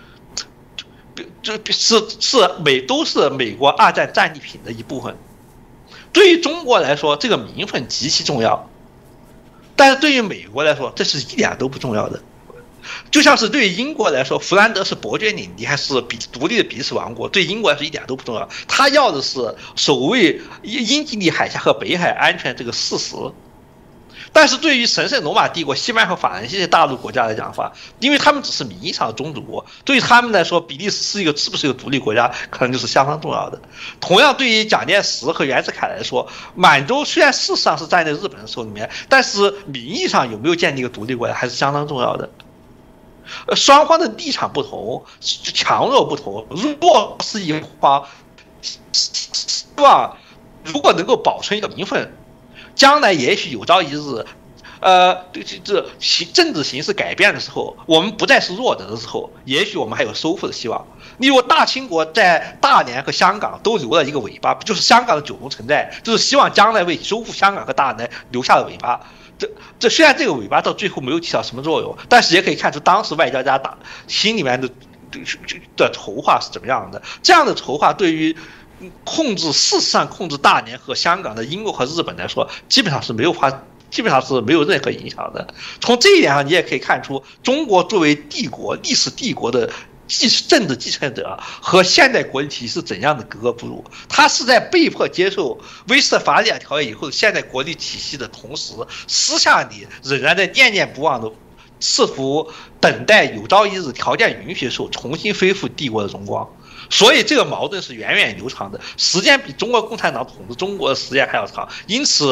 都是美国2战战利品的一部分。对于中国来说，这个名分极其重要，但是对于美国来说，这是一点都不重要的。就像是对于英国来说，弗兰德是伯爵领地还是独立的比利时王国，对英国来说一点都不重要。他要的是守卫英吉利海峡和北海安全这个事实。但是对于神圣罗马帝国、西班牙和法兰西大陆国家来讲的话，因为他们只是名义上的宗主国，对于他们来说，比利时是不是一个独立国家，可能就是相当重要的。同样，对于蒋介石和袁世凯来说，满洲虽然事实上是站在日本人手里面，但是名义上有没有建立一个独立国家，还是相当重要的。双方的立场不同，强弱不同，弱是一方希望如果能够保存一个名分，将来也许有朝一日，政治形势改变的时候，我们不再是弱者的时候，也许我们还有收复的希望。例如大清国在大连和香港都留了一个尾巴，就是香港的九龙城寨，就是希望将来为收复香港和大连留下了尾巴。这虽然这个尾巴到最后没有起到什么作用，但是也可以看出当时外交家心里面的筹划是怎么样的。这样的筹划对于事实上控制大连和香港的英国和日本来说，基本上是没有任何影响的。从这一点上，你也可以看出，中国作为历史帝国的政治继承者和现代国际体系是怎样的格格不入。他是在被迫接受威斯特伐利亚条约以后的现代国际体系的同时，私下里仍然在念念不忘的试图等待有朝一日条件允许的时候重新恢复帝国的荣光。所以这个矛盾是源远流长的，时间比中国共产党统治中国的时间还要长。因此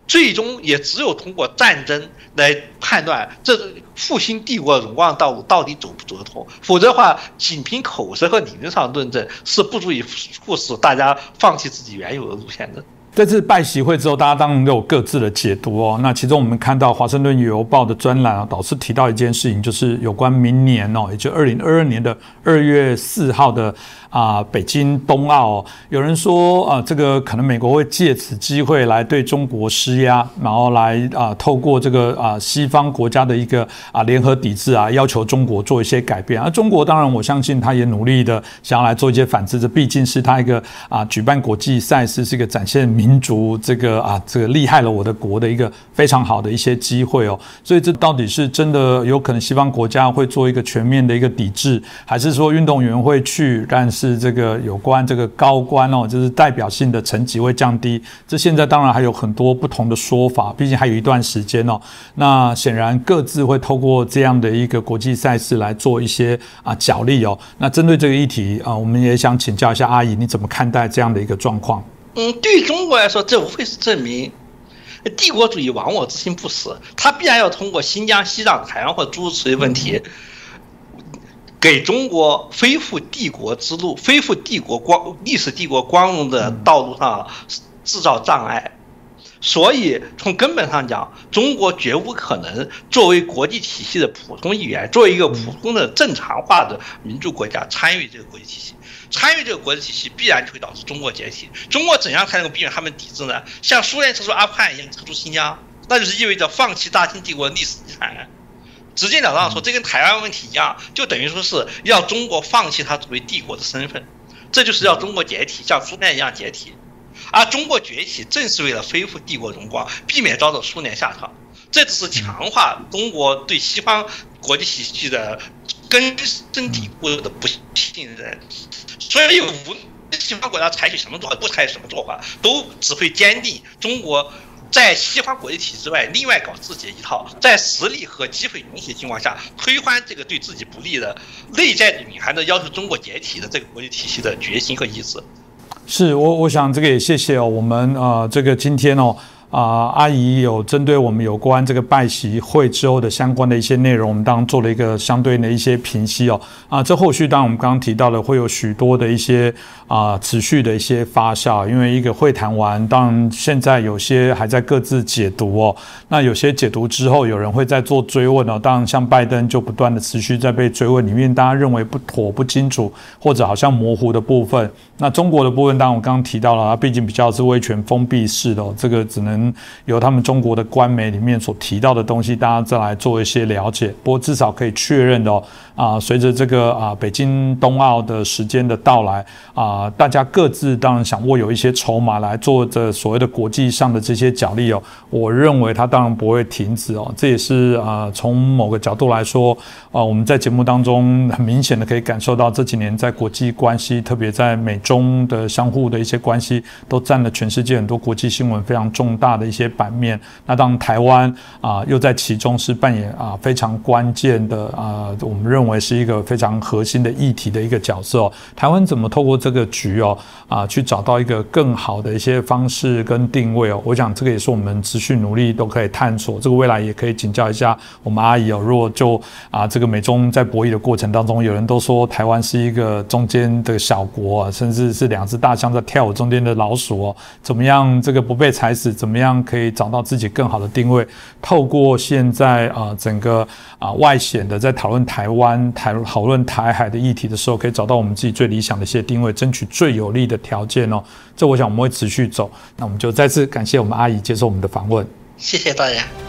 最终也只有通过战争来判断这复兴帝国荣光道路到底走不走得通，否则的话，仅凭口舌和理论上论证是不足以促使大家放弃自己原有的路线的。 这次拜习会之后，大家当然都有各自的解读哦。那其中我们看到《华盛顿邮报》的专栏啊，导师提到一件事情，就是有关明年哦，也就2022年的2月4号的北京冬奥哦。有人说这个可能美国会借此机会来对中国施压，然后来透过这个西方国家的一个联合抵制要求中国做一些改变。而中国当然我相信他也努力的想要来做一些反制，这毕竟是他一个举办国际赛事，是一个展现民族这个厉害了我的国的一个非常好的一些机会哦。所以这到底是真的有可能西方国家会做一个全面的一个抵制，还是说运动员会去，但是这个有关这个高官哦，就是代表性的层级会降低？这现在当然还有很多不同的说法，毕竟还有一段时间哦。那显然各自会透过这样的一个国际赛事来做一些角力哦。那针对这个议题我们也想请教一下阿姨，你怎么看待这样的一个状况？ 对中国来说，这无非是证明帝国主义亡我之心不死，他必然要通过新疆、西藏、台湾或诸如此类问题，给中国恢复帝国之路、恢复历史帝国光荣的道路上制造障碍。所以从根本上讲，中国绝无可能作为国际体系的普通一员，作为一个普通的正常化的民主国家参与这个国际体系。参与这个国际体系必然就会导致中国解体。中国怎样才能够避免他们抵制呢？像苏联撤出阿富汗一样撤出新疆，那就是意味着放弃大清帝国历史遗产。直截了当说，这跟台湾问题一样，就等于说是要中国放弃它作为帝国的身份，这就是要中国解体，像苏联一样解体。而中国崛起正是为了恢复帝国荣光，避免遭到苏联下场。这只是强化中国对西方国际体系的根深蒂固的不信任。所以无论西方国家采取什么做法，不采取什么做法，都只会坚定中国在西方国际体之外另外搞自己的一套，在实力和机会允许的情况下推翻这个对自己不利的内在隐含的要求中国解体的这个国际体系的决心和意志。 是我想这个也谢谢我们这个今天阿姨有针对我们有关这个拜习会之后的相关的一些内容，我们当然做了一个相对的一些评析这后续当然我们刚刚提到了会有许多的一些持续的一些发酵，因为一个会谈完，当然现在有些还在各自解读那有些解读之后有人会再做追问当然像拜登就不断的持续在被追问，里面大家认为不妥不清楚或者好像模糊的部分。那中国的部分当然我刚刚提到了，它毕竟比较是威权封闭式的这个只能由他们中国的官媒里面所提到的东西大家再来做一些了解。不过至少可以确认的随着这个北京冬奥的时间的到来大家各自当然想握有一些筹码来做着所谓的国际上的这些角力我认为它当然不会停止这也是从某个角度来说我们在节目当中很明显的可以感受到这几年在国际关系，特别在美中的相互的一些关系都占了全世界很多国际新闻非常重大的一些版面。那当然台湾又在其中是扮演非常关键的我们认为是一个非常核心的议题的一个角色台湾怎么透过这个局去找到一个更好的一些方式跟定位我想这个也是我们持续努力都可以探索。这个未来也可以请教一下我们阿姨如果就这个美中在博弈的过程当中，有人都说台湾是一个中间的小国甚至是两只大象在跳舞中间的老鼠怎么样这个不被踩死，怎么样可以找到自己更好的定位，透过现在整个外显的在讨论台湾讨论台海的议题的时候，可以找到我们自己最理想的一些定位，争取最有利的条件这我想我们会持续走。那我们就再次感谢我们阿姨接受我们的访问， 谢谢大家。